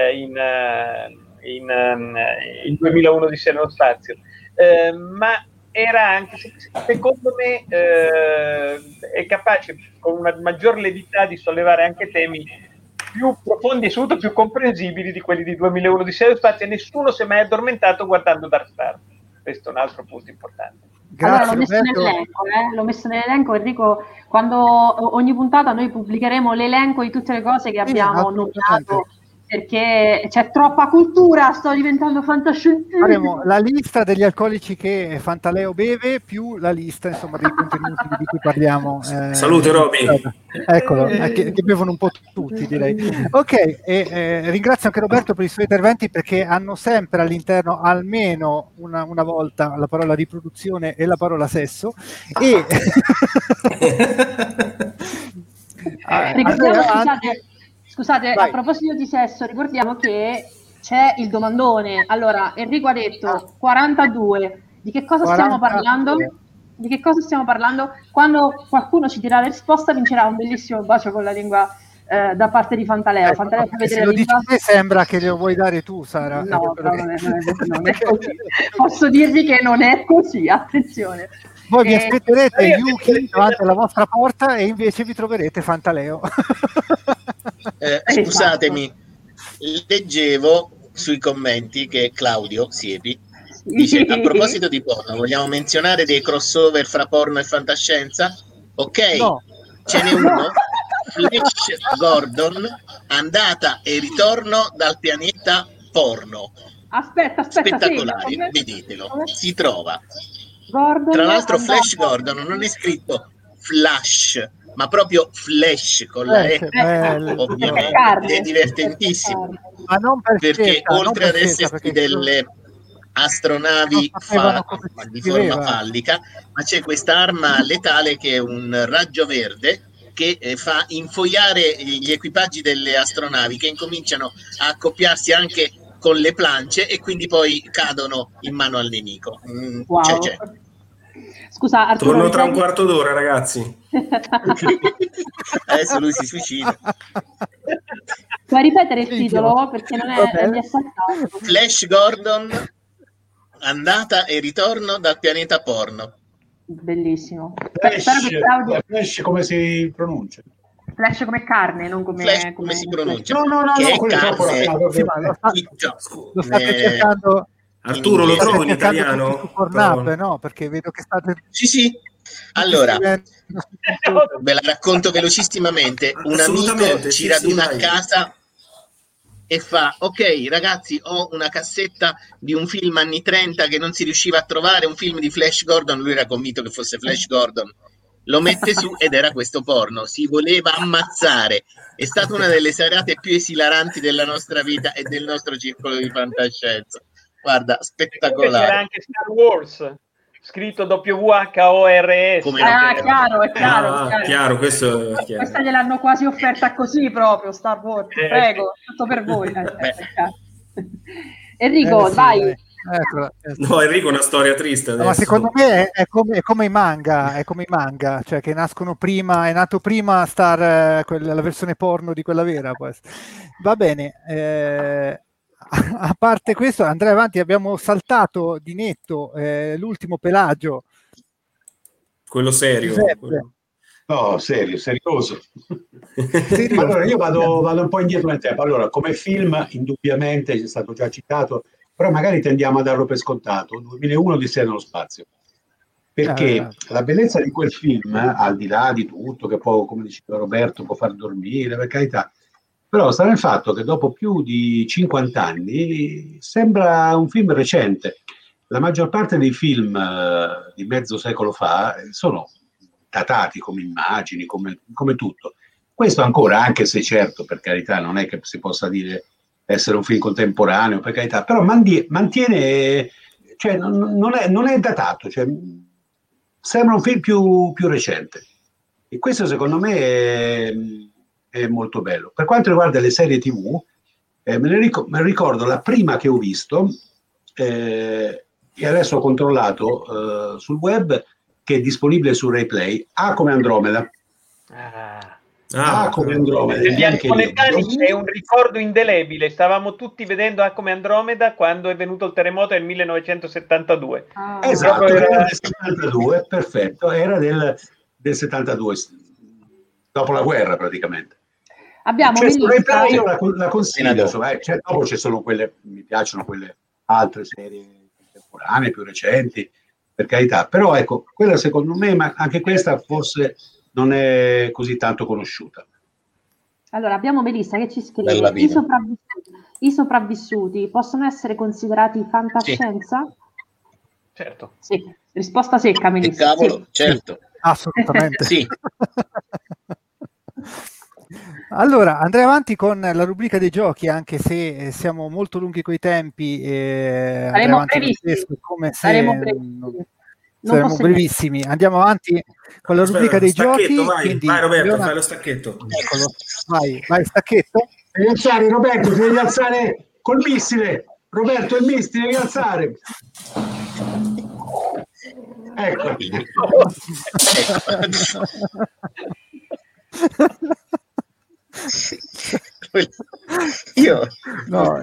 in 2001 di nello spazio, ma era anche, secondo me, è capace con una maggior levità di sollevare anche temi più profondi e soprattutto più comprensibili di quelli di 2001 di nello spazio, e nessuno si è mai addormentato guardando Dark Star. Questo è un altro punto importante. Grazie, allora, l'ho messo nell'elenco, Enrico, quando ogni puntata noi pubblicheremo l'elenco di tutte le cose che abbiamo nominato, perché c'è troppa cultura, sto diventando fantascientifico. Faremo la lista degli alcolici che Fantaleo beve, più la lista, insomma, dei contenuti di cui parliamo. Salute Roby. Eccolo, che bevono un po' tutti, direi. Ok, ringrazio anche Roberto per i suoi interventi, perché hanno sempre all'interno almeno una volta la parola riproduzione e la parola sesso. E ricordiamo, scusate, a proposito di sesso, ricordiamo che c'è il domandone. Allora, Enrico ha detto 42. Di che cosa stiamo parlando? Di che cosa stiamo parlando? Quando qualcuno ci dirà la risposta, vincerà un bellissimo bacio con la lingua da parte di Fantaleo. Fantaleo, se lo dici a me sembra che lo vuoi dare tu, Sara. No, non è così. Posso dirvi che non è così, attenzione. Voi vi aspetterete Yuki davanti alla vostra porta e invece vi troverete Fantaleo. Scusatemi, leggevo sui commenti che Claudio Siepi dice: a proposito di porno, vogliamo menzionare dei crossover fra porno e fantascienza? Ok, no. Ce n'è uno, Flash Gordon, andata e ritorno dal pianeta porno. Aspetta, spettacolare, sì, vedetelo, si trova. Gordon, tra l'altro Flash Gordon non è scritto Flash, ma proprio Flash con la E, ovviamente è divertentissimo, ma non perché oltre ad esserci delle astronavi di forma fallica, ma c'è quest'arma letale che è un raggio verde che fa infoiare gli equipaggi delle astronavi, che incominciano a accoppiarsi anche con le plance e quindi poi cadono in mano al nemico. Wow. Scusa, Arturo, torno tra un quarto d'ora, ragazzi. Adesso lui si suicida. Puoi ripetere il titolo? Perché non è mi è saltato. Flash Gordon, andata e ritorno dal pianeta porno. Bellissimo. Flash come si pronuncia? Flash come carne, non come... Flash come si pronuncia? No, che è carne. Lo state cercando... Arturo, lo trovo in italiano? Pornhub, no? Perché vedo che state... Sì, Allora, ve la racconto velocissimamente. Un amico ci raduna a casa e fa: ok ragazzi, ho una cassetta di un film anni 30 che non si riusciva a trovare, un film di Flash Gordon. Lui era convinto che fosse Flash Gordon, lo mette su ed era questo porno. Si voleva ammazzare. È stata una delle serate più esilaranti della nostra vita e del nostro circolo di fantascienza. Guarda, spettacolare. C'era anche Star Wars, scritto WHORS. Chiaro, è chiaro, questo è chiaro. Questa gliel'hanno quasi offerta così proprio, Star Wars, prego, tutto per voi. Enrico, vai. No, Enrico è una storia triste adesso. Ma secondo me è come i manga, cioè che nascono prima, è nato prima la versione porno di quella vera. Poi. Va bene. A parte questo, andrei avanti, abbiamo saltato di netto l'ultimo Pelagio. Quello serio. No, serioso. Allora, io vado un po' indietro nel tempo. Allora, come film, indubbiamente, è stato già citato, però magari tendiamo a darlo per scontato, 2001 Odissea nello spazio. Perché la bellezza di quel film, al di là di tutto, che può, come diceva Roberto, può far dormire, per carità, però sta nel fatto che dopo più di 50 anni sembra un film recente. La maggior parte dei film di mezzo secolo fa sono datati come immagini, come tutto. Questo ancora, anche se certo, per carità, non è che si possa dire essere un film contemporaneo, per carità, però mantiene, cioè non è datato, cioè, sembra un film più recente. E questo secondo me è molto bello. Per quanto riguarda le serie TV, me ne ricordo la prima che ho visto, e adesso ho controllato sul web, che è disponibile su RaiPlay, come Andromeda. Come Andromeda. È un ricordo indelebile. Stavamo tutti vedendo come Andromeda quando è venuto il terremoto nel 1972. Esatto, era del 72, perfetto, era del 72, dopo la guerra praticamente. Abbiamo io la consiglio, dopo ci sono quelle, mi piacciono quelle altre serie contemporanee, più recenti, per carità, però ecco, quella secondo me, ma anche questa forse non è così tanto conosciuta. Allora, abbiamo Melissa che ci scrive: i sopravvissuti possono essere considerati fantascienza? Sì. Certo. Sì, risposta secca, Melissa. Cavolo, sì. certo. Assolutamente. Sì. Allora, andrei avanti con la rubrica dei giochi, anche se siamo molto lunghi coi tempi. Saremo brevissimi. Saremo brevissimi. Andiamo avanti con la rubrica dei giochi. Vai Roberto, fai lo stacchetto. Eccolo. Vai stacchetto. Devi alzare, Roberto, devi alzare col missile. Roberto, il missile, devi alzare. Ecco. Io no,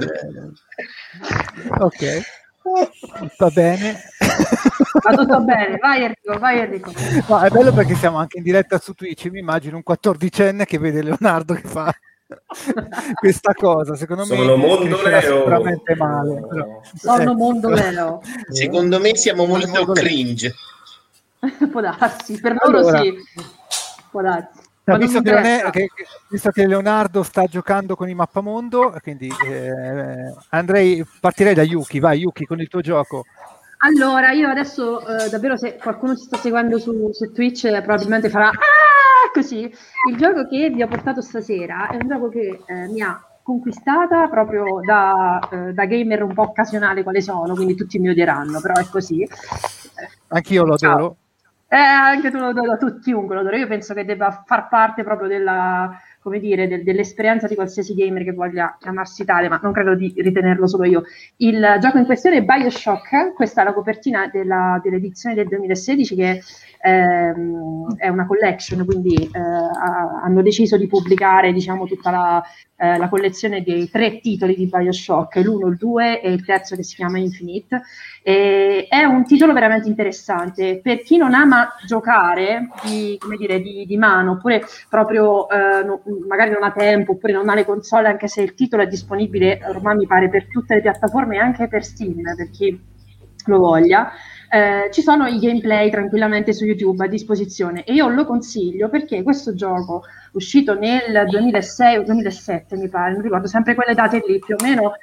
ok, va bene. Va tutto bene, vai Enrico. No, è bello perché siamo anche in diretta su Twitch. Mi immagino un 14enne che vede Leonardo che fa questa cosa. Secondo me sono mondo Leo, sicuramente male, però. Sono mondo Leo. Secondo me siamo molto cringe. Può darsi, per loro sì, può darsi. Visto che Leonardo sta giocando con i mappamondo, quindi partirei da Yuki. Vai Yuki con il tuo gioco. Allora, io adesso davvero, se qualcuno ci sta seguendo su Twitch, probabilmente farà così. Il gioco che vi ho portato stasera è un gioco che mi ha conquistata proprio da gamer un po' occasionale quale sono, quindi tutti mi odieranno, però è così. Anch'io lo adoro. Anche tu lo adoro, chiunque lo adoro. Io penso che debba far parte proprio dell'esperienza di qualsiasi gamer che voglia chiamarsi tale, ma non credo di ritenerlo solo io. Il gioco in questione è BioShock, questa è la copertina dell'edizione del 2016 che è una collection, quindi hanno deciso di pubblicare, diciamo, tutta la collezione dei 3 titoli di BioShock, l'1, il 2 e il terzo che si chiama Infinite. E è un titolo veramente interessante per chi non ama giocare di mano, oppure proprio magari non ha tempo, oppure non ha le console, anche se il titolo è disponibile ormai mi pare per tutte le piattaforme, anche per Steam, per chi lo voglia. ci sono i gameplay tranquillamente su YouTube a disposizione e io lo consiglio perché questo gioco, uscito nel 2006 o 2007 mi pare, non ricordo, sempre quelle date lì più o meno,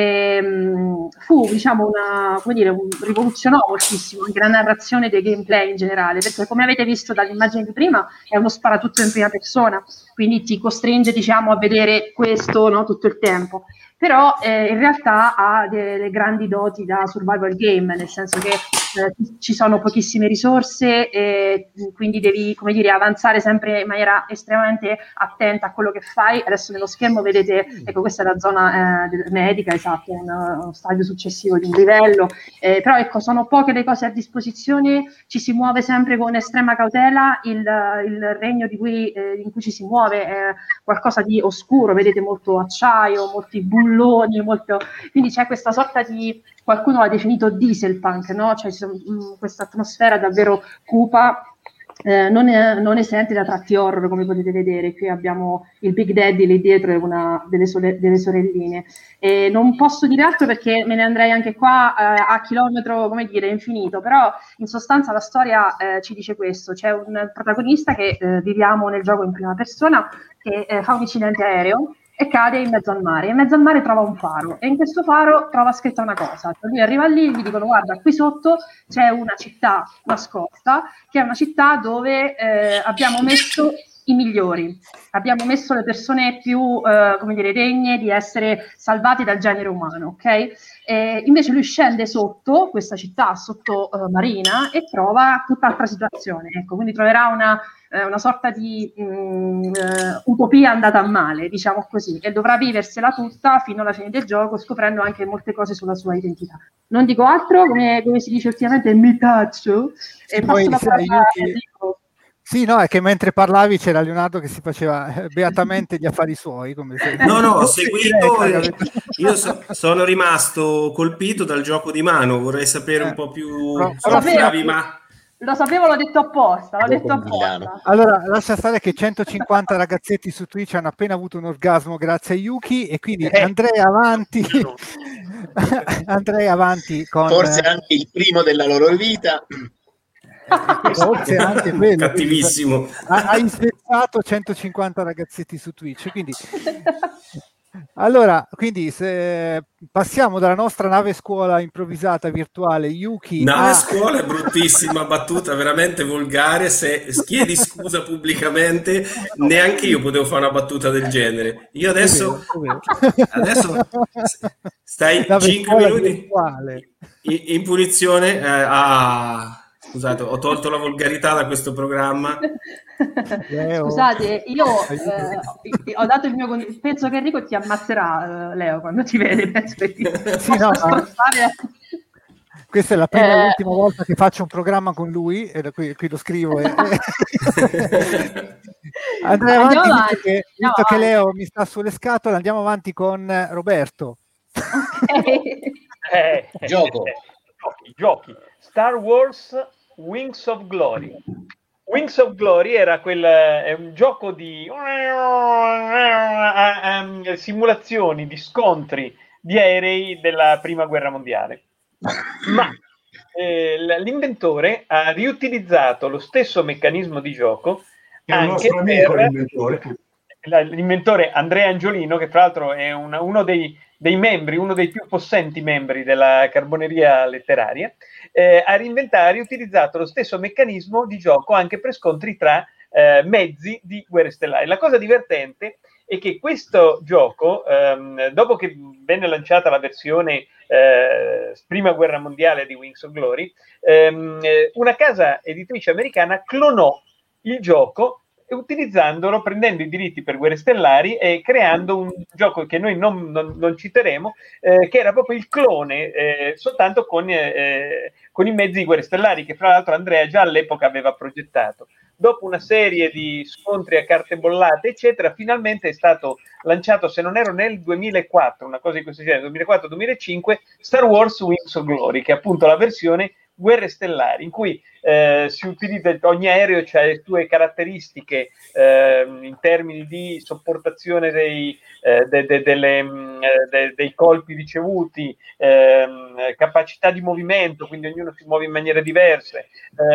fu diciamo rivoluzionò moltissimo anche la narrazione dei gameplay in generale, perché come avete visto dall'immagine di prima è uno sparatutto in prima persona, quindi ti costringe diciamo a vedere questo, no, tutto il tempo, però in realtà ha delle grandi doti da survival game, nel senso che ci sono pochissime risorse e quindi devi, come dire, avanzare sempre in maniera estremamente attenta a quello che fai. Adesso nello schermo vedete, ecco, questa è la zona medica, esatto, uno stadio successivo di un livello, però ecco, sono poche le cose a disposizione, ci si muove sempre con estrema cautela, il regno in cui ci si muove è qualcosa di oscuro, vedete molto acciaio, molti bulloni, quindi c'è questa sorta di, qualcuno l'ha definito dieselpunk, no? Cioè questa atmosfera davvero cupa, non esente da tratti horror, come potete vedere. Qui abbiamo il Big Daddy lì dietro e una delle sorelline. Non posso dire altro perché me ne andrei anche qua a chilometro, come dire, infinito, però in sostanza la storia ci dice questo: c'è un protagonista che viviamo nel gioco in prima persona che fa un incidente aereo e cade in mezzo al mare. In mezzo al mare trova un faro e in questo faro trova scritta una cosa. Lui arriva lì e gli dicono: guarda, qui sotto c'è una città nascosta, che è una città dove abbiamo messo i migliori, abbiamo messo le persone più come dire, degne di essere salvati dal genere umano, ok? Invece lui scende sotto questa città sottomarina e trova tutt'altra situazione, ecco, quindi troverà una sorta di utopia andata a male, diciamo così, e dovrà viversela tutta fino alla fine del gioco, scoprendo anche molte cose sulla sua identità. Non dico altro, come si dice ultimamente, mi taccio e passo la parola a Enrico. Sì, no, è che mentre parlavi c'era Leonardo che si faceva beatamente gli affari suoi. Come se... No, ho seguito, io sono rimasto colpito dal gioco di mano, vorrei sapere un po' più Lo sapevo, l'ho detto apposta. Allora, lascia stare che 150 ragazzetti su Twitch hanno appena avuto un orgasmo grazie a Yuki e quindi andrei avanti con... Forse anche il primo della loro vita. Forse anche quello, cattivissimo. Hai spezzato 150 ragazzetti su Twitch, quindi allora, quindi se passiamo dalla nostra nave scuola improvvisata virtuale Yuki nave scuola è bruttissima battuta, veramente volgare. Se chiedi scusa pubblicamente, neanche io potevo fare una battuta del genere. Io adesso stai 5 minuti virtuale in punizione scusate, ho tolto la volgarità da questo programma. Leo. Scusate, io ho dato il mio penso che Enrico ti ammazzerà, Leo, quando ti vede. Penso che questa è la prima e l'ultima volta che faccio un programma con lui, e qui lo scrivo. Andrei avanti, visto che Leo mi sta sulle scatole, andiamo avanti con Roberto. Giochi. Star Wars Wings of Glory. Wings of Glory è un gioco di simulazioni di scontri di aerei della Prima Guerra Mondiale. Ma l'inventore ha riutilizzato lo stesso meccanismo di gioco anche l'inventore Andrea Angiolino, che tra l'altro è uno dei membri, uno dei più possenti membri della carboneria letteraria, ha riutilizzato lo stesso meccanismo di gioco anche per scontri tra mezzi di Guerre Stellari. La cosa divertente è che questo gioco, dopo che venne lanciata la versione Prima Guerra Mondiale di Wings of Glory, una casa editrice americana clonò il gioco utilizzandolo, prendendo i diritti per Guerre Stellari e creando un gioco che noi non citeremo, che era proprio il clone, soltanto con i mezzi di Guerre Stellari, che fra l'altro Andrea già all'epoca aveva progettato. Dopo una serie di scontri a carte bollate, eccetera, finalmente è stato lanciato, se non ero nel 2004, una cosa di questo genere, 2004-2005, Star Wars Wings of Glory, che è appunto la versione Guerre Stellari, in cui si utilizza, ogni aereo ha le sue caratteristiche in termini di sopportazione dei colpi ricevuti, capacità di movimento, quindi ognuno si muove in maniere diverse,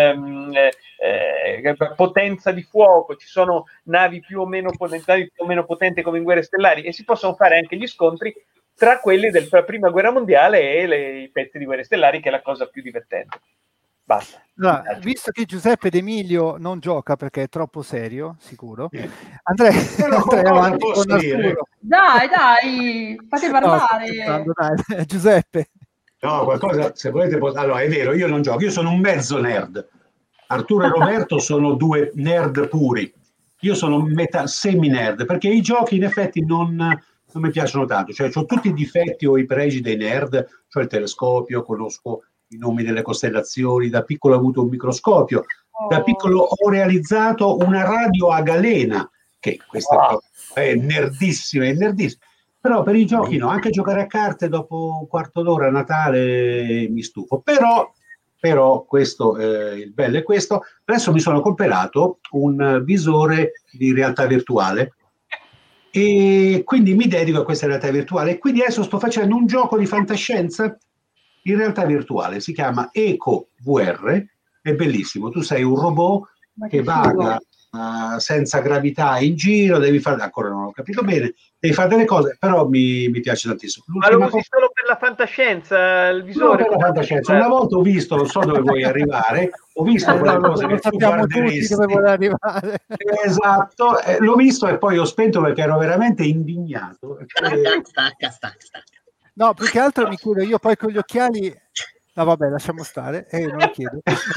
potenza di fuoco, ci sono navi più o meno potenti come in Guerre Stellari, e si possono fare anche gli scontri tra quelli della prima guerra mondiale e i pezzi di Guerre Stellari, che è la cosa più divertente. Basta. Allora, visto che Giuseppe D'Emilio non gioca perché è troppo serio, sicuro, andrei avanti con Arturo. Dai, fate parlare. Dai, Giuseppe. No, qualcosa, se volete, allora è vero, io non gioco, io sono un mezzo nerd. Arturo e Roberto sono due nerd puri. Io sono metà semi-nerd, perché i giochi in effetti non mi piacciono tanto. Cioè, ho tutti i difetti o i pregi dei nerd, cioè il telescopio, conosco i nomi delle costellazioni, da piccolo ho avuto un microscopio, da piccolo ho realizzato una radio a galena, che questa è nerdissima, però per i giochi no, anche giocare a carte dopo un quarto d'ora a Natale mi stufo, però questo, il bello è questo. Adesso mi sono comprato un visore di realtà virtuale e quindi mi dedico a questa realtà virtuale, e quindi adesso sto facendo un gioco di fantascienza in realtà virtuale, si chiama Eco VR, è bellissimo, tu sei un robot che vaga senza gravità in giro, devi fare, ancora non ho capito bene, devi fare delle cose, però mi piace tantissimo. Ma lo usi solo per la fantascienza, il visore? No, per la fantascienza. Una volta ho visto, non so dove vuoi arrivare, ho visto quelle cose che tu guarderesti. Dove vuoi arrivare. Esatto, l'ho visto e poi ho spento perché ero veramente indignato. Stacca. No, più che altro mi chiedo, io poi con gli occhiali... No, vabbè, lasciamo stare, non lo chiedo.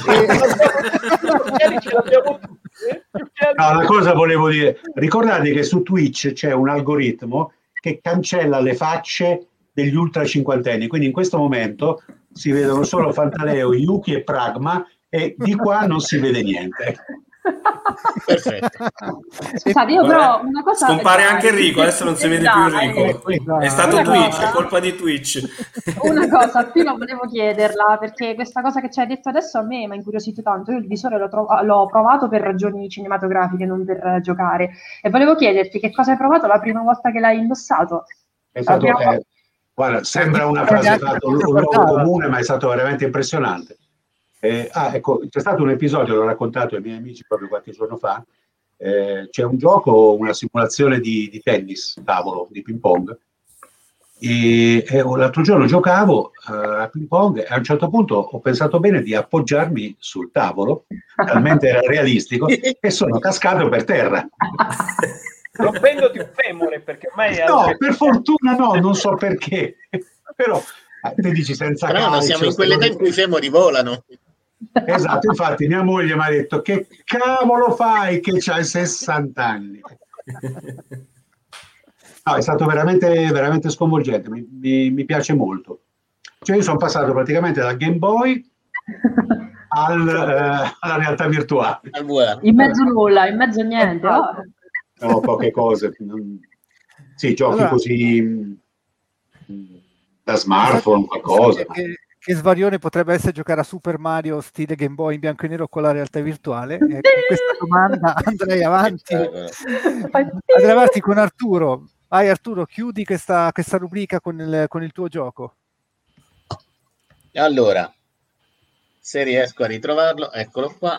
No, una cosa volevo dire, ricordate che su Twitch c'è un algoritmo che cancella le facce degli ultra cinquantenni, quindi in questo momento si vedono solo Fantaleo, Yuki e Pragma, e di qua non si vede niente. Perfetto. Scusate, io però una cosa... Scompare anche Enrico, adesso non si vede più Enrico. È stato Twitch, è colpa di Twitch. Una cosa, prima volevo chiederla, perché questa cosa che ci hai detto adesso a me mi ha incuriosito tanto. Io il visore l'ho provato per ragioni cinematografiche, non per giocare. E volevo chiederti che cosa hai provato la prima volta che l'hai indossato? Guarda, sembra una frase fatta un luogo comune, ma è stato veramente impressionante. Ecco, c'è stato un episodio, l'ho raccontato ai miei amici proprio qualche giorno fa, c'è un gioco, una simulazione di tennis, tavolo, di ping pong, e l'altro giorno giocavo a ping pong e a un certo punto ho pensato bene di appoggiarmi sul tavolo, talmente era realistico, e sono cascato per terra. Rompendoti un femore, perché ormai... No, per fortuna no, non so perché, però te dici senza calcio. No, siamo in quell'età in cui i femori volano. Esatto, infatti mia moglie mi ha detto: che cavolo fai che c'hai 60 anni? No, è stato veramente, veramente sconvolgente, mi piace molto. Cioè io sono passato praticamente dal Game Boy alla realtà virtuale. In mezzo nulla, in mezzo niente. No, poche cose. Sì, giochi così da smartphone, qualcosa. Che svarione potrebbe essere giocare a Super Mario stile Game Boy in bianco e nero con la realtà virtuale? Con questa domanda andrei avanti. Andrei avanti con Arturo. Vai Arturo, chiudi questa rubrica con il tuo gioco. Allora, se riesco a ritrovarlo, eccolo qua.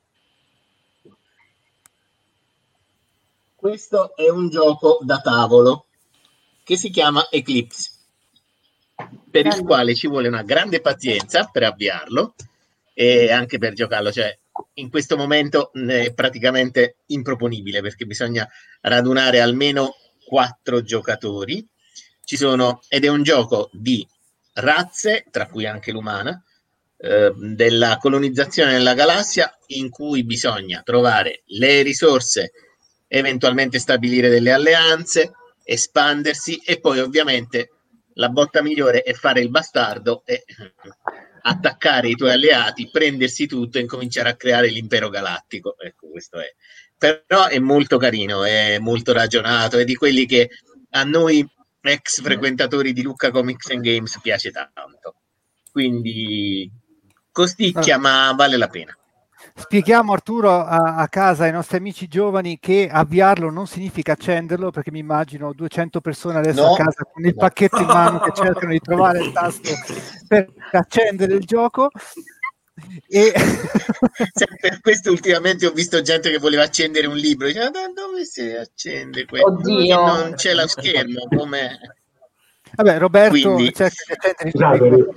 Questo è un gioco da tavolo che si chiama Eclipse, per il quale ci vuole una grande pazienza per avviarlo e anche per giocarlo. Cioè, in questo momento è praticamente improponibile perché bisogna radunare almeno 4 giocatori. Ed è un gioco di razze, tra cui anche l'umana, della colonizzazione della galassia, in cui bisogna trovare le risorse, eventualmente stabilire delle alleanze, espandersi, e poi ovviamente la botta migliore è fare il bastardo e attaccare i tuoi alleati, prendersi tutto e incominciare a creare l'impero galattico. Ecco, questo è. Però è molto carino, è molto ragionato, è di quelli che a noi ex frequentatori di Lucca Comics and Games piace tanto. Quindi Costicchia, ma vale la pena. Spieghiamo, Arturo, a casa ai nostri amici giovani che avviarlo non significa accenderlo, perché mi immagino 200 persone adesso a casa con il pacchetto in mano che cercano di trovare il tasto per accendere il gioco. E Per questo ultimamente ho visto gente che voleva accendere un libro, diceva, da dove si accende questo? Oddio. Non c'è lo schermo, come... Vabbè, Roberto Quindi... cerca di accendere il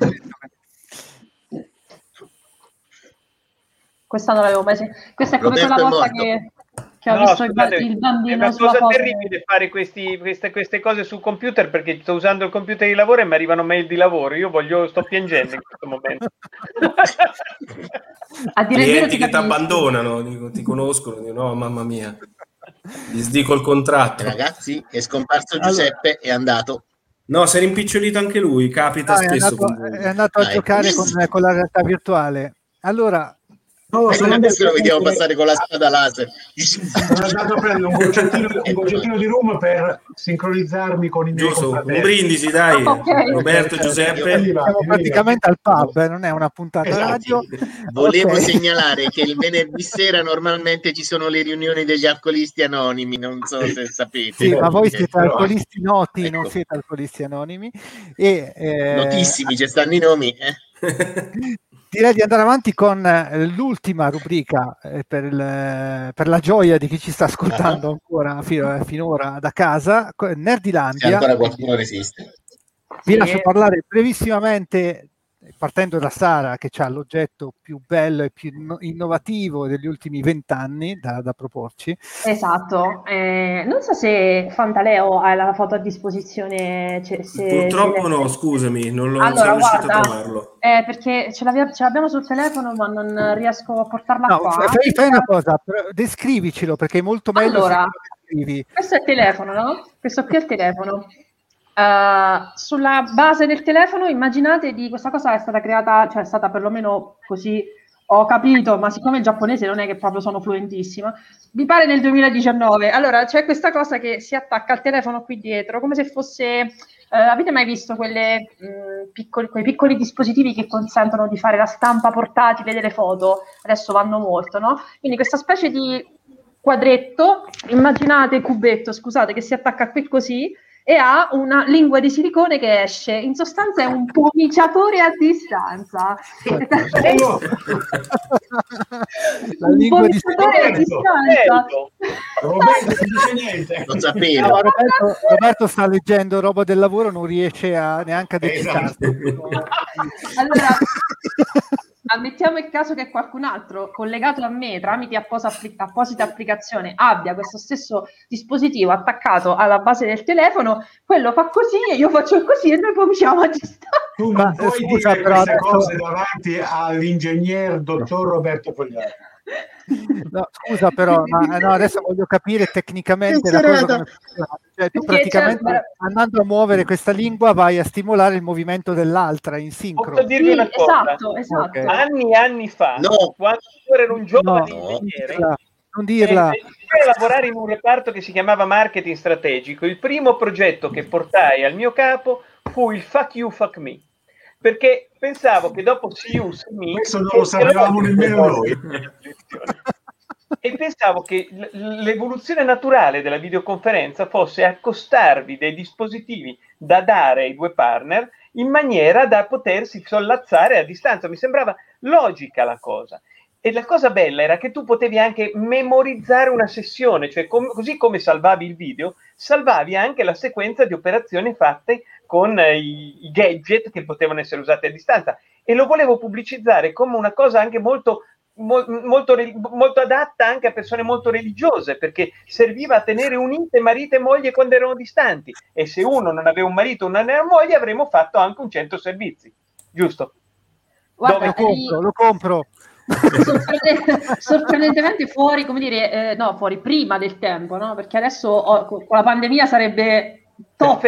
Questa non l'avevo mai sentita. Questa è come Roberto quella è volta morto. che ho visto il bambino. È una sulla cosa foto. terribile fare queste cose sul computer, perché sto usando il computer di lavoro e mi arrivano mail di lavoro. Sto piangendo in questo momento. A dire il vero, Clienti che ti abbandonano, ti conoscono, dicono, no, mamma mia, gli sdico il contratto. Ragazzi, è scomparso Giuseppe, è andato. No, si è rimpicciolito anche lui, capita spesso. È andato a giocare con la realtà virtuale. Allora, adesso lo vediamo passare con la spada laser. Sono andato a prendere un goccettino di rum per sincronizzarmi con i miei Giusto, confratelli. un brindisi, dai. Okay. Roberto, Giuseppe. siamo praticamente al pub, non è una puntata radio. Volevo Ok. segnalare che il venerdì sera normalmente ci sono le riunioni degli alcolisti anonimi, non so se sapete. Sì, ma voi siete Però- alcolisti noti, Ecco. non siete alcolisti anonimi. E, Notissimi, ci stanno i nomi. direi di andare avanti con l'ultima rubrica per la gioia di chi ci sta ascoltando ancora finora da casa, Se Nerdilandia. ancora qualcuno resiste. Vi lascio parlare brevissimamente, partendo da Sara, che ha l'oggetto più bello e più innovativo degli ultimi 20 anni da proporci. Esatto. Non so se Fantaleo ha la foto a disposizione. Purtroppo no, scusami, non Allora, sono riuscito guarda, a trovarlo. perché ce l'abbiamo sul telefono, ma non riesco a portarla No, qua. fai una cosa, però descrivicelo, perché è molto meglio Allora, se lo descrivi. questo è il telefono, no? Questo qui è il telefono. Sulla base del telefono, immaginate di questa cosa è stata creata, cioè è stata perlomeno così ho capito, ma siccome il giapponese non è che proprio sono fluentissima, mi pare nel 2019. Allora c'è questa cosa che si attacca al telefono qui dietro, come se fosse, avete mai visto quei piccoli dispositivi che consentono di fare la stampa portatile delle foto? Adesso vanno molto, no? Quindi questa specie di quadretto, immaginate cubetto, scusate, che si attacca qui così, e ha una lingua di silicone che esce. In sostanza è un pomiciatore a distanza. La Un lingua di pomiciatore a distanza. Roberto non dice niente. Lo sapevo. Roberto sta leggendo roba del lavoro, non riesce neanche a dedicarsi. Allora, ammettiamo il caso che qualcun altro collegato a me tramite apposita applicazione abbia questo stesso dispositivo attaccato alla base del telefono, quello fa così e io faccio così e noi pomiciamo a distanza. Tu non puoi dire queste cose davanti all'ingegner dottor Roberto Fogliari. No, scusa però, no, adesso voglio capire tecnicamente la cosa come funziona. Cioè, tu praticamente andando a muovere questa lingua vai a stimolare il movimento dell'altra in sincrono. Posso dirvi una cosa? Esatto. Okay. Anni e anni fa, quando io ero un giovane ingegnere, non dirla. Per lavorare in un reparto che si chiamava marketing strategico, il primo progetto che portai al mio capo fu il fuck you, fuck me. Perché pensavo che dopo See You, See Me... Questo non lo sapevamo nemmeno noi. E pensavo che l'evoluzione naturale della videoconferenza fosse accostarvi dei dispositivi da dare ai due partner in maniera da potersi sollazzare a distanza. Mi sembrava logica la cosa. E la cosa bella era che tu potevi anche memorizzare una sessione, cioè così come salvavi il video, salvavi anche la sequenza di operazioni fatte con i gadget che potevano essere usati a distanza. E lo volevo pubblicizzare come una cosa anche molto adatta anche a persone molto religiose, perché serviva a tenere unite marito e moglie quando erano distanti. E se uno non aveva un marito o non aveva moglie, avremmo fatto anche un centro servizi, giusto? Guarda, Lo compro. Sorprendentemente fuori, come dire, no, fuori prima del tempo, no? Perché adesso con la pandemia sarebbe top.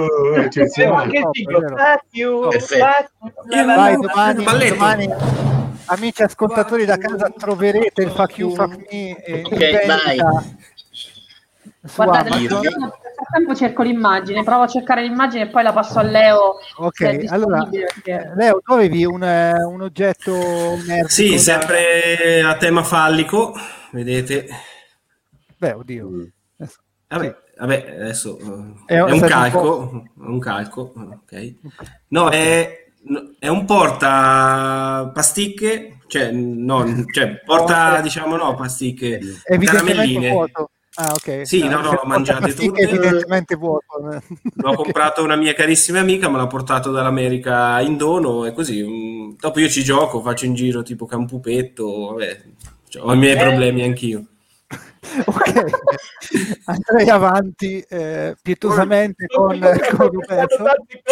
Vai, domani, amici ascoltatori da casa, troverete il fuck you, fuck me in vendita. Guardate, frattempo cerco l'immagine, provo a cercare l'immagine e poi la passo a Leo. Ok, allora Leo, tu avevi un oggetto nerd? Sì, sempre a tema fallico, vedete. Beh, oddio. Vabbè, adesso è un calco, ok. No, è un porta pasticche, cioè porta, diciamo, no, pasticche, caramelline. Vuoto. Ah, ok. Sì, no, mangiate tutte. Evidentemente vuoto. L'ho comprato una mia carissima amica, me l'ha portato dall'America in dono e così. Dopo io ci gioco, faccio in giro tipo Campupetto, vabbè, ho i miei problemi anch'io. Ok, andrei avanti pietosamente con Roberto.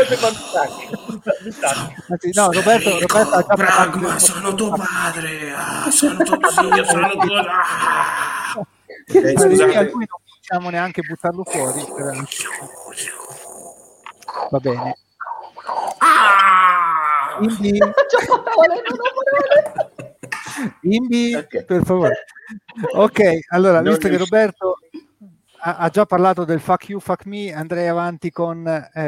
No, Roberto Pragma, sono tuo padre, sono tuo zio, sono tuo... Scusate. A lui non possiamo neanche buttarlo fuori. Va bene. Imbi, okay. Per favore. Ok, allora, visto che Roberto ha già parlato del fuck you, fuck me, andrei avanti con...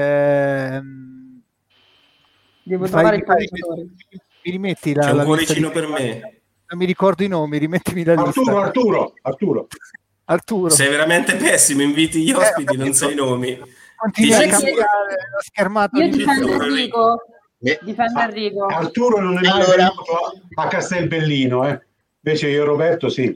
Devo trovare il pomiciatore. Mi rimetti C'è un cuoricino per me. Non mi ricordo i nomi, rimettimi la lista. Arturo. Sei veramente pessimo, inviti gli ospiti, non sai i nomi. Continua a cambiare la schermata. Io difendo Enrico. Arturo non è mai venuto a Castelbellino, invece io Roberto sì.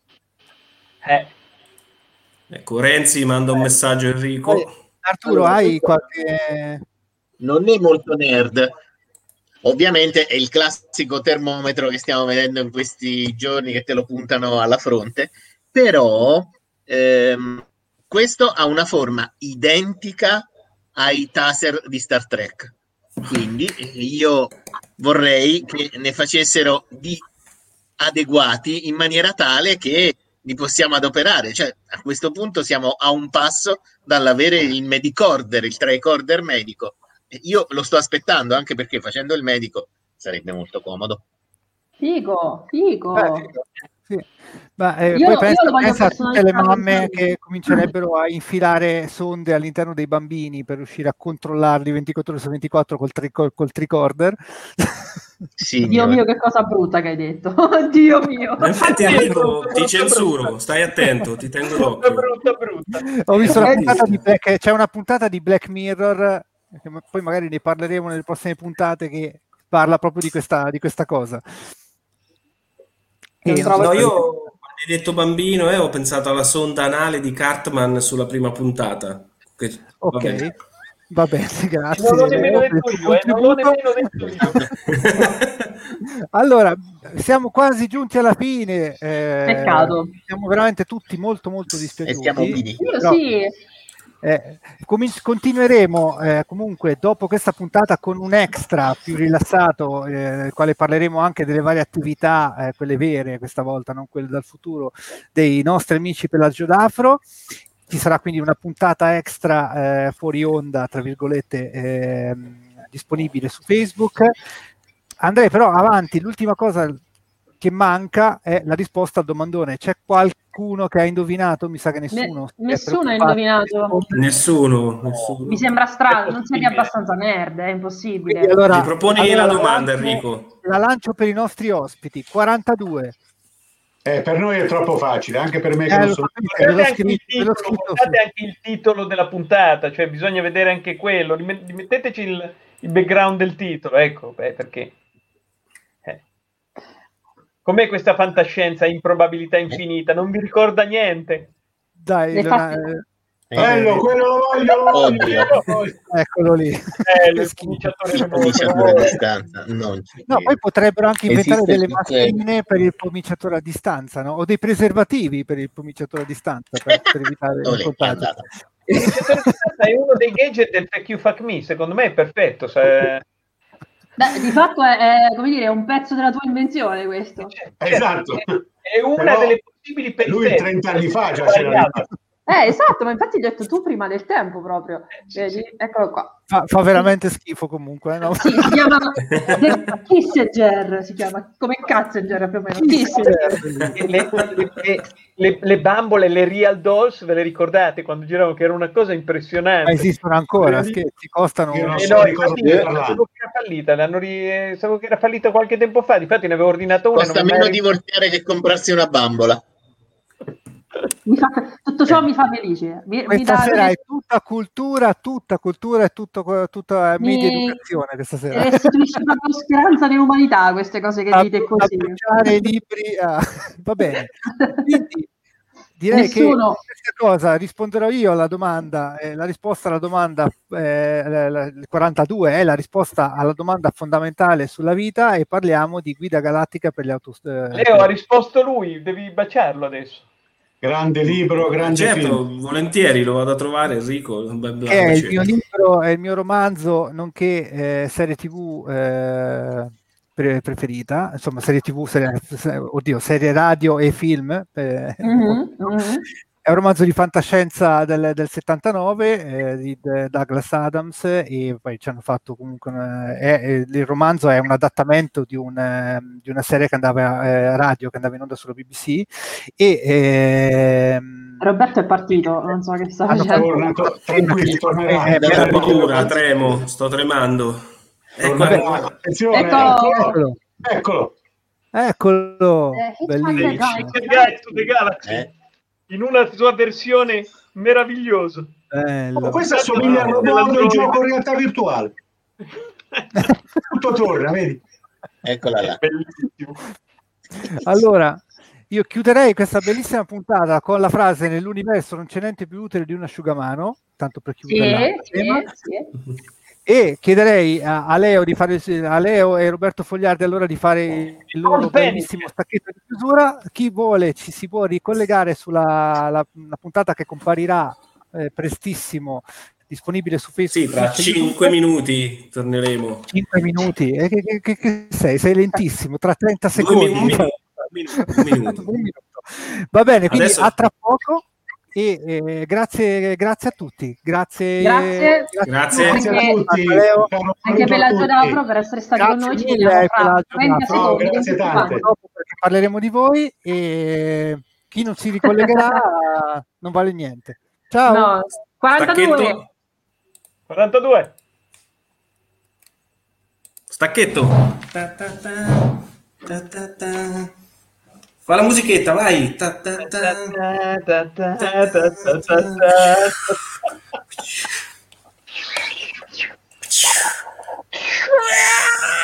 Ecco, Renzi manda un messaggio a Enrico. Arturo, hai qualche... Non è molto nerd. Ovviamente è il classico termometro che stiamo vedendo in questi giorni, che te lo puntano alla fronte, però questo ha una forma identica ai taser di Star Trek. Quindi io vorrei che ne facessero di adeguati in maniera tale che li possiamo adoperare. Cioè, a questo punto siamo a un passo dall'avere il medicorder, il tricorder medico. Io lo sto aspettando, anche perché facendo il medico sarebbe molto comodo. Figo. Sì. Ma poi pensa a tutte le mamme che comincerebbero a infilare sonde all'interno dei bambini per riuscire a controllarli 24 ore su 24 col tricorder. Sì, Dio mio, che cosa brutta che hai detto. Dio mio. Infatti Enrico, ti censuro, stai attento, ti tengo d'occhio. Brutta. Ho visto la puntata di c'è una puntata di Black Mirror, che poi magari ne parleremo nelle prossime puntate, che parla proprio di questa cosa. Io quando hai detto bambino ho pensato alla sonda anale di Cartman sulla prima puntata. Ok, va bene, grazie. Non l'ho nemmeno detto io. Allora, siamo quasi giunti alla fine. Peccato. Siamo veramente tutti molto molto dispiaciuti. Io sì. Continueremo comunque dopo questa puntata con un extra più rilassato, nel quale parleremo anche delle varie attività, quelle vere questa volta, non quelle dal futuro, dei nostri amici Pelagio d'Afro. Ci sarà quindi una puntata extra fuori onda, tra virgolette, disponibile su Facebook. Andrei però avanti, l'ultima cosa che manca è la risposta al domandone. C'è qualcuno che ha indovinato? Mi sa che nessuno. Nessuno ha indovinato. Nessuno. Mi sembra strano, non siete abbastanza nerd, è impossibile. Quindi, allora, ti proponi la domanda, Enrico? La lancio per i nostri ospiti. 42. Per noi è troppo facile, anche per me che non sono... Guardate anche il titolo della puntata, cioè bisogna vedere anche quello. Metteteci il background del titolo, ecco, perché... Com'è questa fantascienza, improbabilità infinita? Non vi ricorda niente. Dai, quello lo voglio. Eccolo lì. Il pomiciatore a distanza. No, poi potrebbero anche inventare delle mascherine per il pomiciatore a distanza, no? O dei preservativi per il pomiciatore a distanza per evitare il contagio. Il pomiciatore a distanza è uno dei gadget del fuck you fuck me, secondo me è perfetto. Di fatto è come dire, è un pezzo della tua invenzione questo. Esatto. È una delle possibili lui 30 anni fa già c'era. Esatto, ma infatti hai detto tu prima del tempo proprio. Vedi? Eccolo qua. Fa veramente schifo comunque, no? Sì, si chiama The Kissinger, si chiama come Katzinger più o meno. Le bambole, le Real Dolls, ve le ricordate quando giravano, che era una cosa impressionante? Ma esistono ancora, scherzi, costano. Io non No, so di cosa stai parlando. sapevo che era fallita, sapevo che era fallita qualche tempo fa, difatti ne avevo ordinato una. Costa meno divorziare che comprarsi una bambola. Tutto ciò mi fa felice. Questa sera è tutta cultura e tutta media educazione questa sera. Restituisce proprio speranza nell'umanità queste cose che dite così. I libri, va bene. Quindi direi che questa cosa risponderò io alla domanda, la risposta alla domanda il 42 è la risposta alla domanda fondamentale sulla vita e parliamo di Guida Galattica per le autostrade. Leo ha risposto lui, devi baciarlo adesso. Grande libro, grande film. Volentieri lo vado a trovare, Enrico. Che è il mio libro, è il mio romanzo, nonché serie TV preferita, insomma serie TV, serie radio e film. È un romanzo di fantascienza del 79 di Douglas Adams e poi ci hanno fatto comunque il romanzo è un adattamento di una serie che andava radio, che andava in onda sulla BBC e Roberto è partito, non so che sta facendo. Paura, tremo, sto tremando. Attenzione, eccolo. Bellissimo. The Galaxy. In una sua versione meravigliosa. Questa assomiglia al robot del gioco in realtà virtuale. Tutto torna, vedi? Eccola là. Bellissimo. Allora, io chiuderei questa bellissima puntata con la frase: nell'universo non c'è niente più utile di un asciugamano, tanto per chiudere sì. E chiederei a Leo di fare a Leo e Roberto Fogliardi allora di fare il loro bellissimo stacchetto di chiusura. Chi vuole ci si può ricollegare sulla la puntata che comparirà prestissimo, disponibile su Facebook. Sì, tra 5 minuti torneremo. 5 minuti? Che sei? Sei lentissimo, tra 30 secondi. Un minuto. Va bene, quindi adesso... a tra poco. E grazie a tutti, grazie a tutti, anche per l'autografo, per essere stati con noi. Ci vediamo fra 30 secondi, grazie tante. Dopo perché parleremo di voi e chi non si ricollegherà non vale niente. Ciao. No, 42 Stacchetto. Fa la musichetta, vai.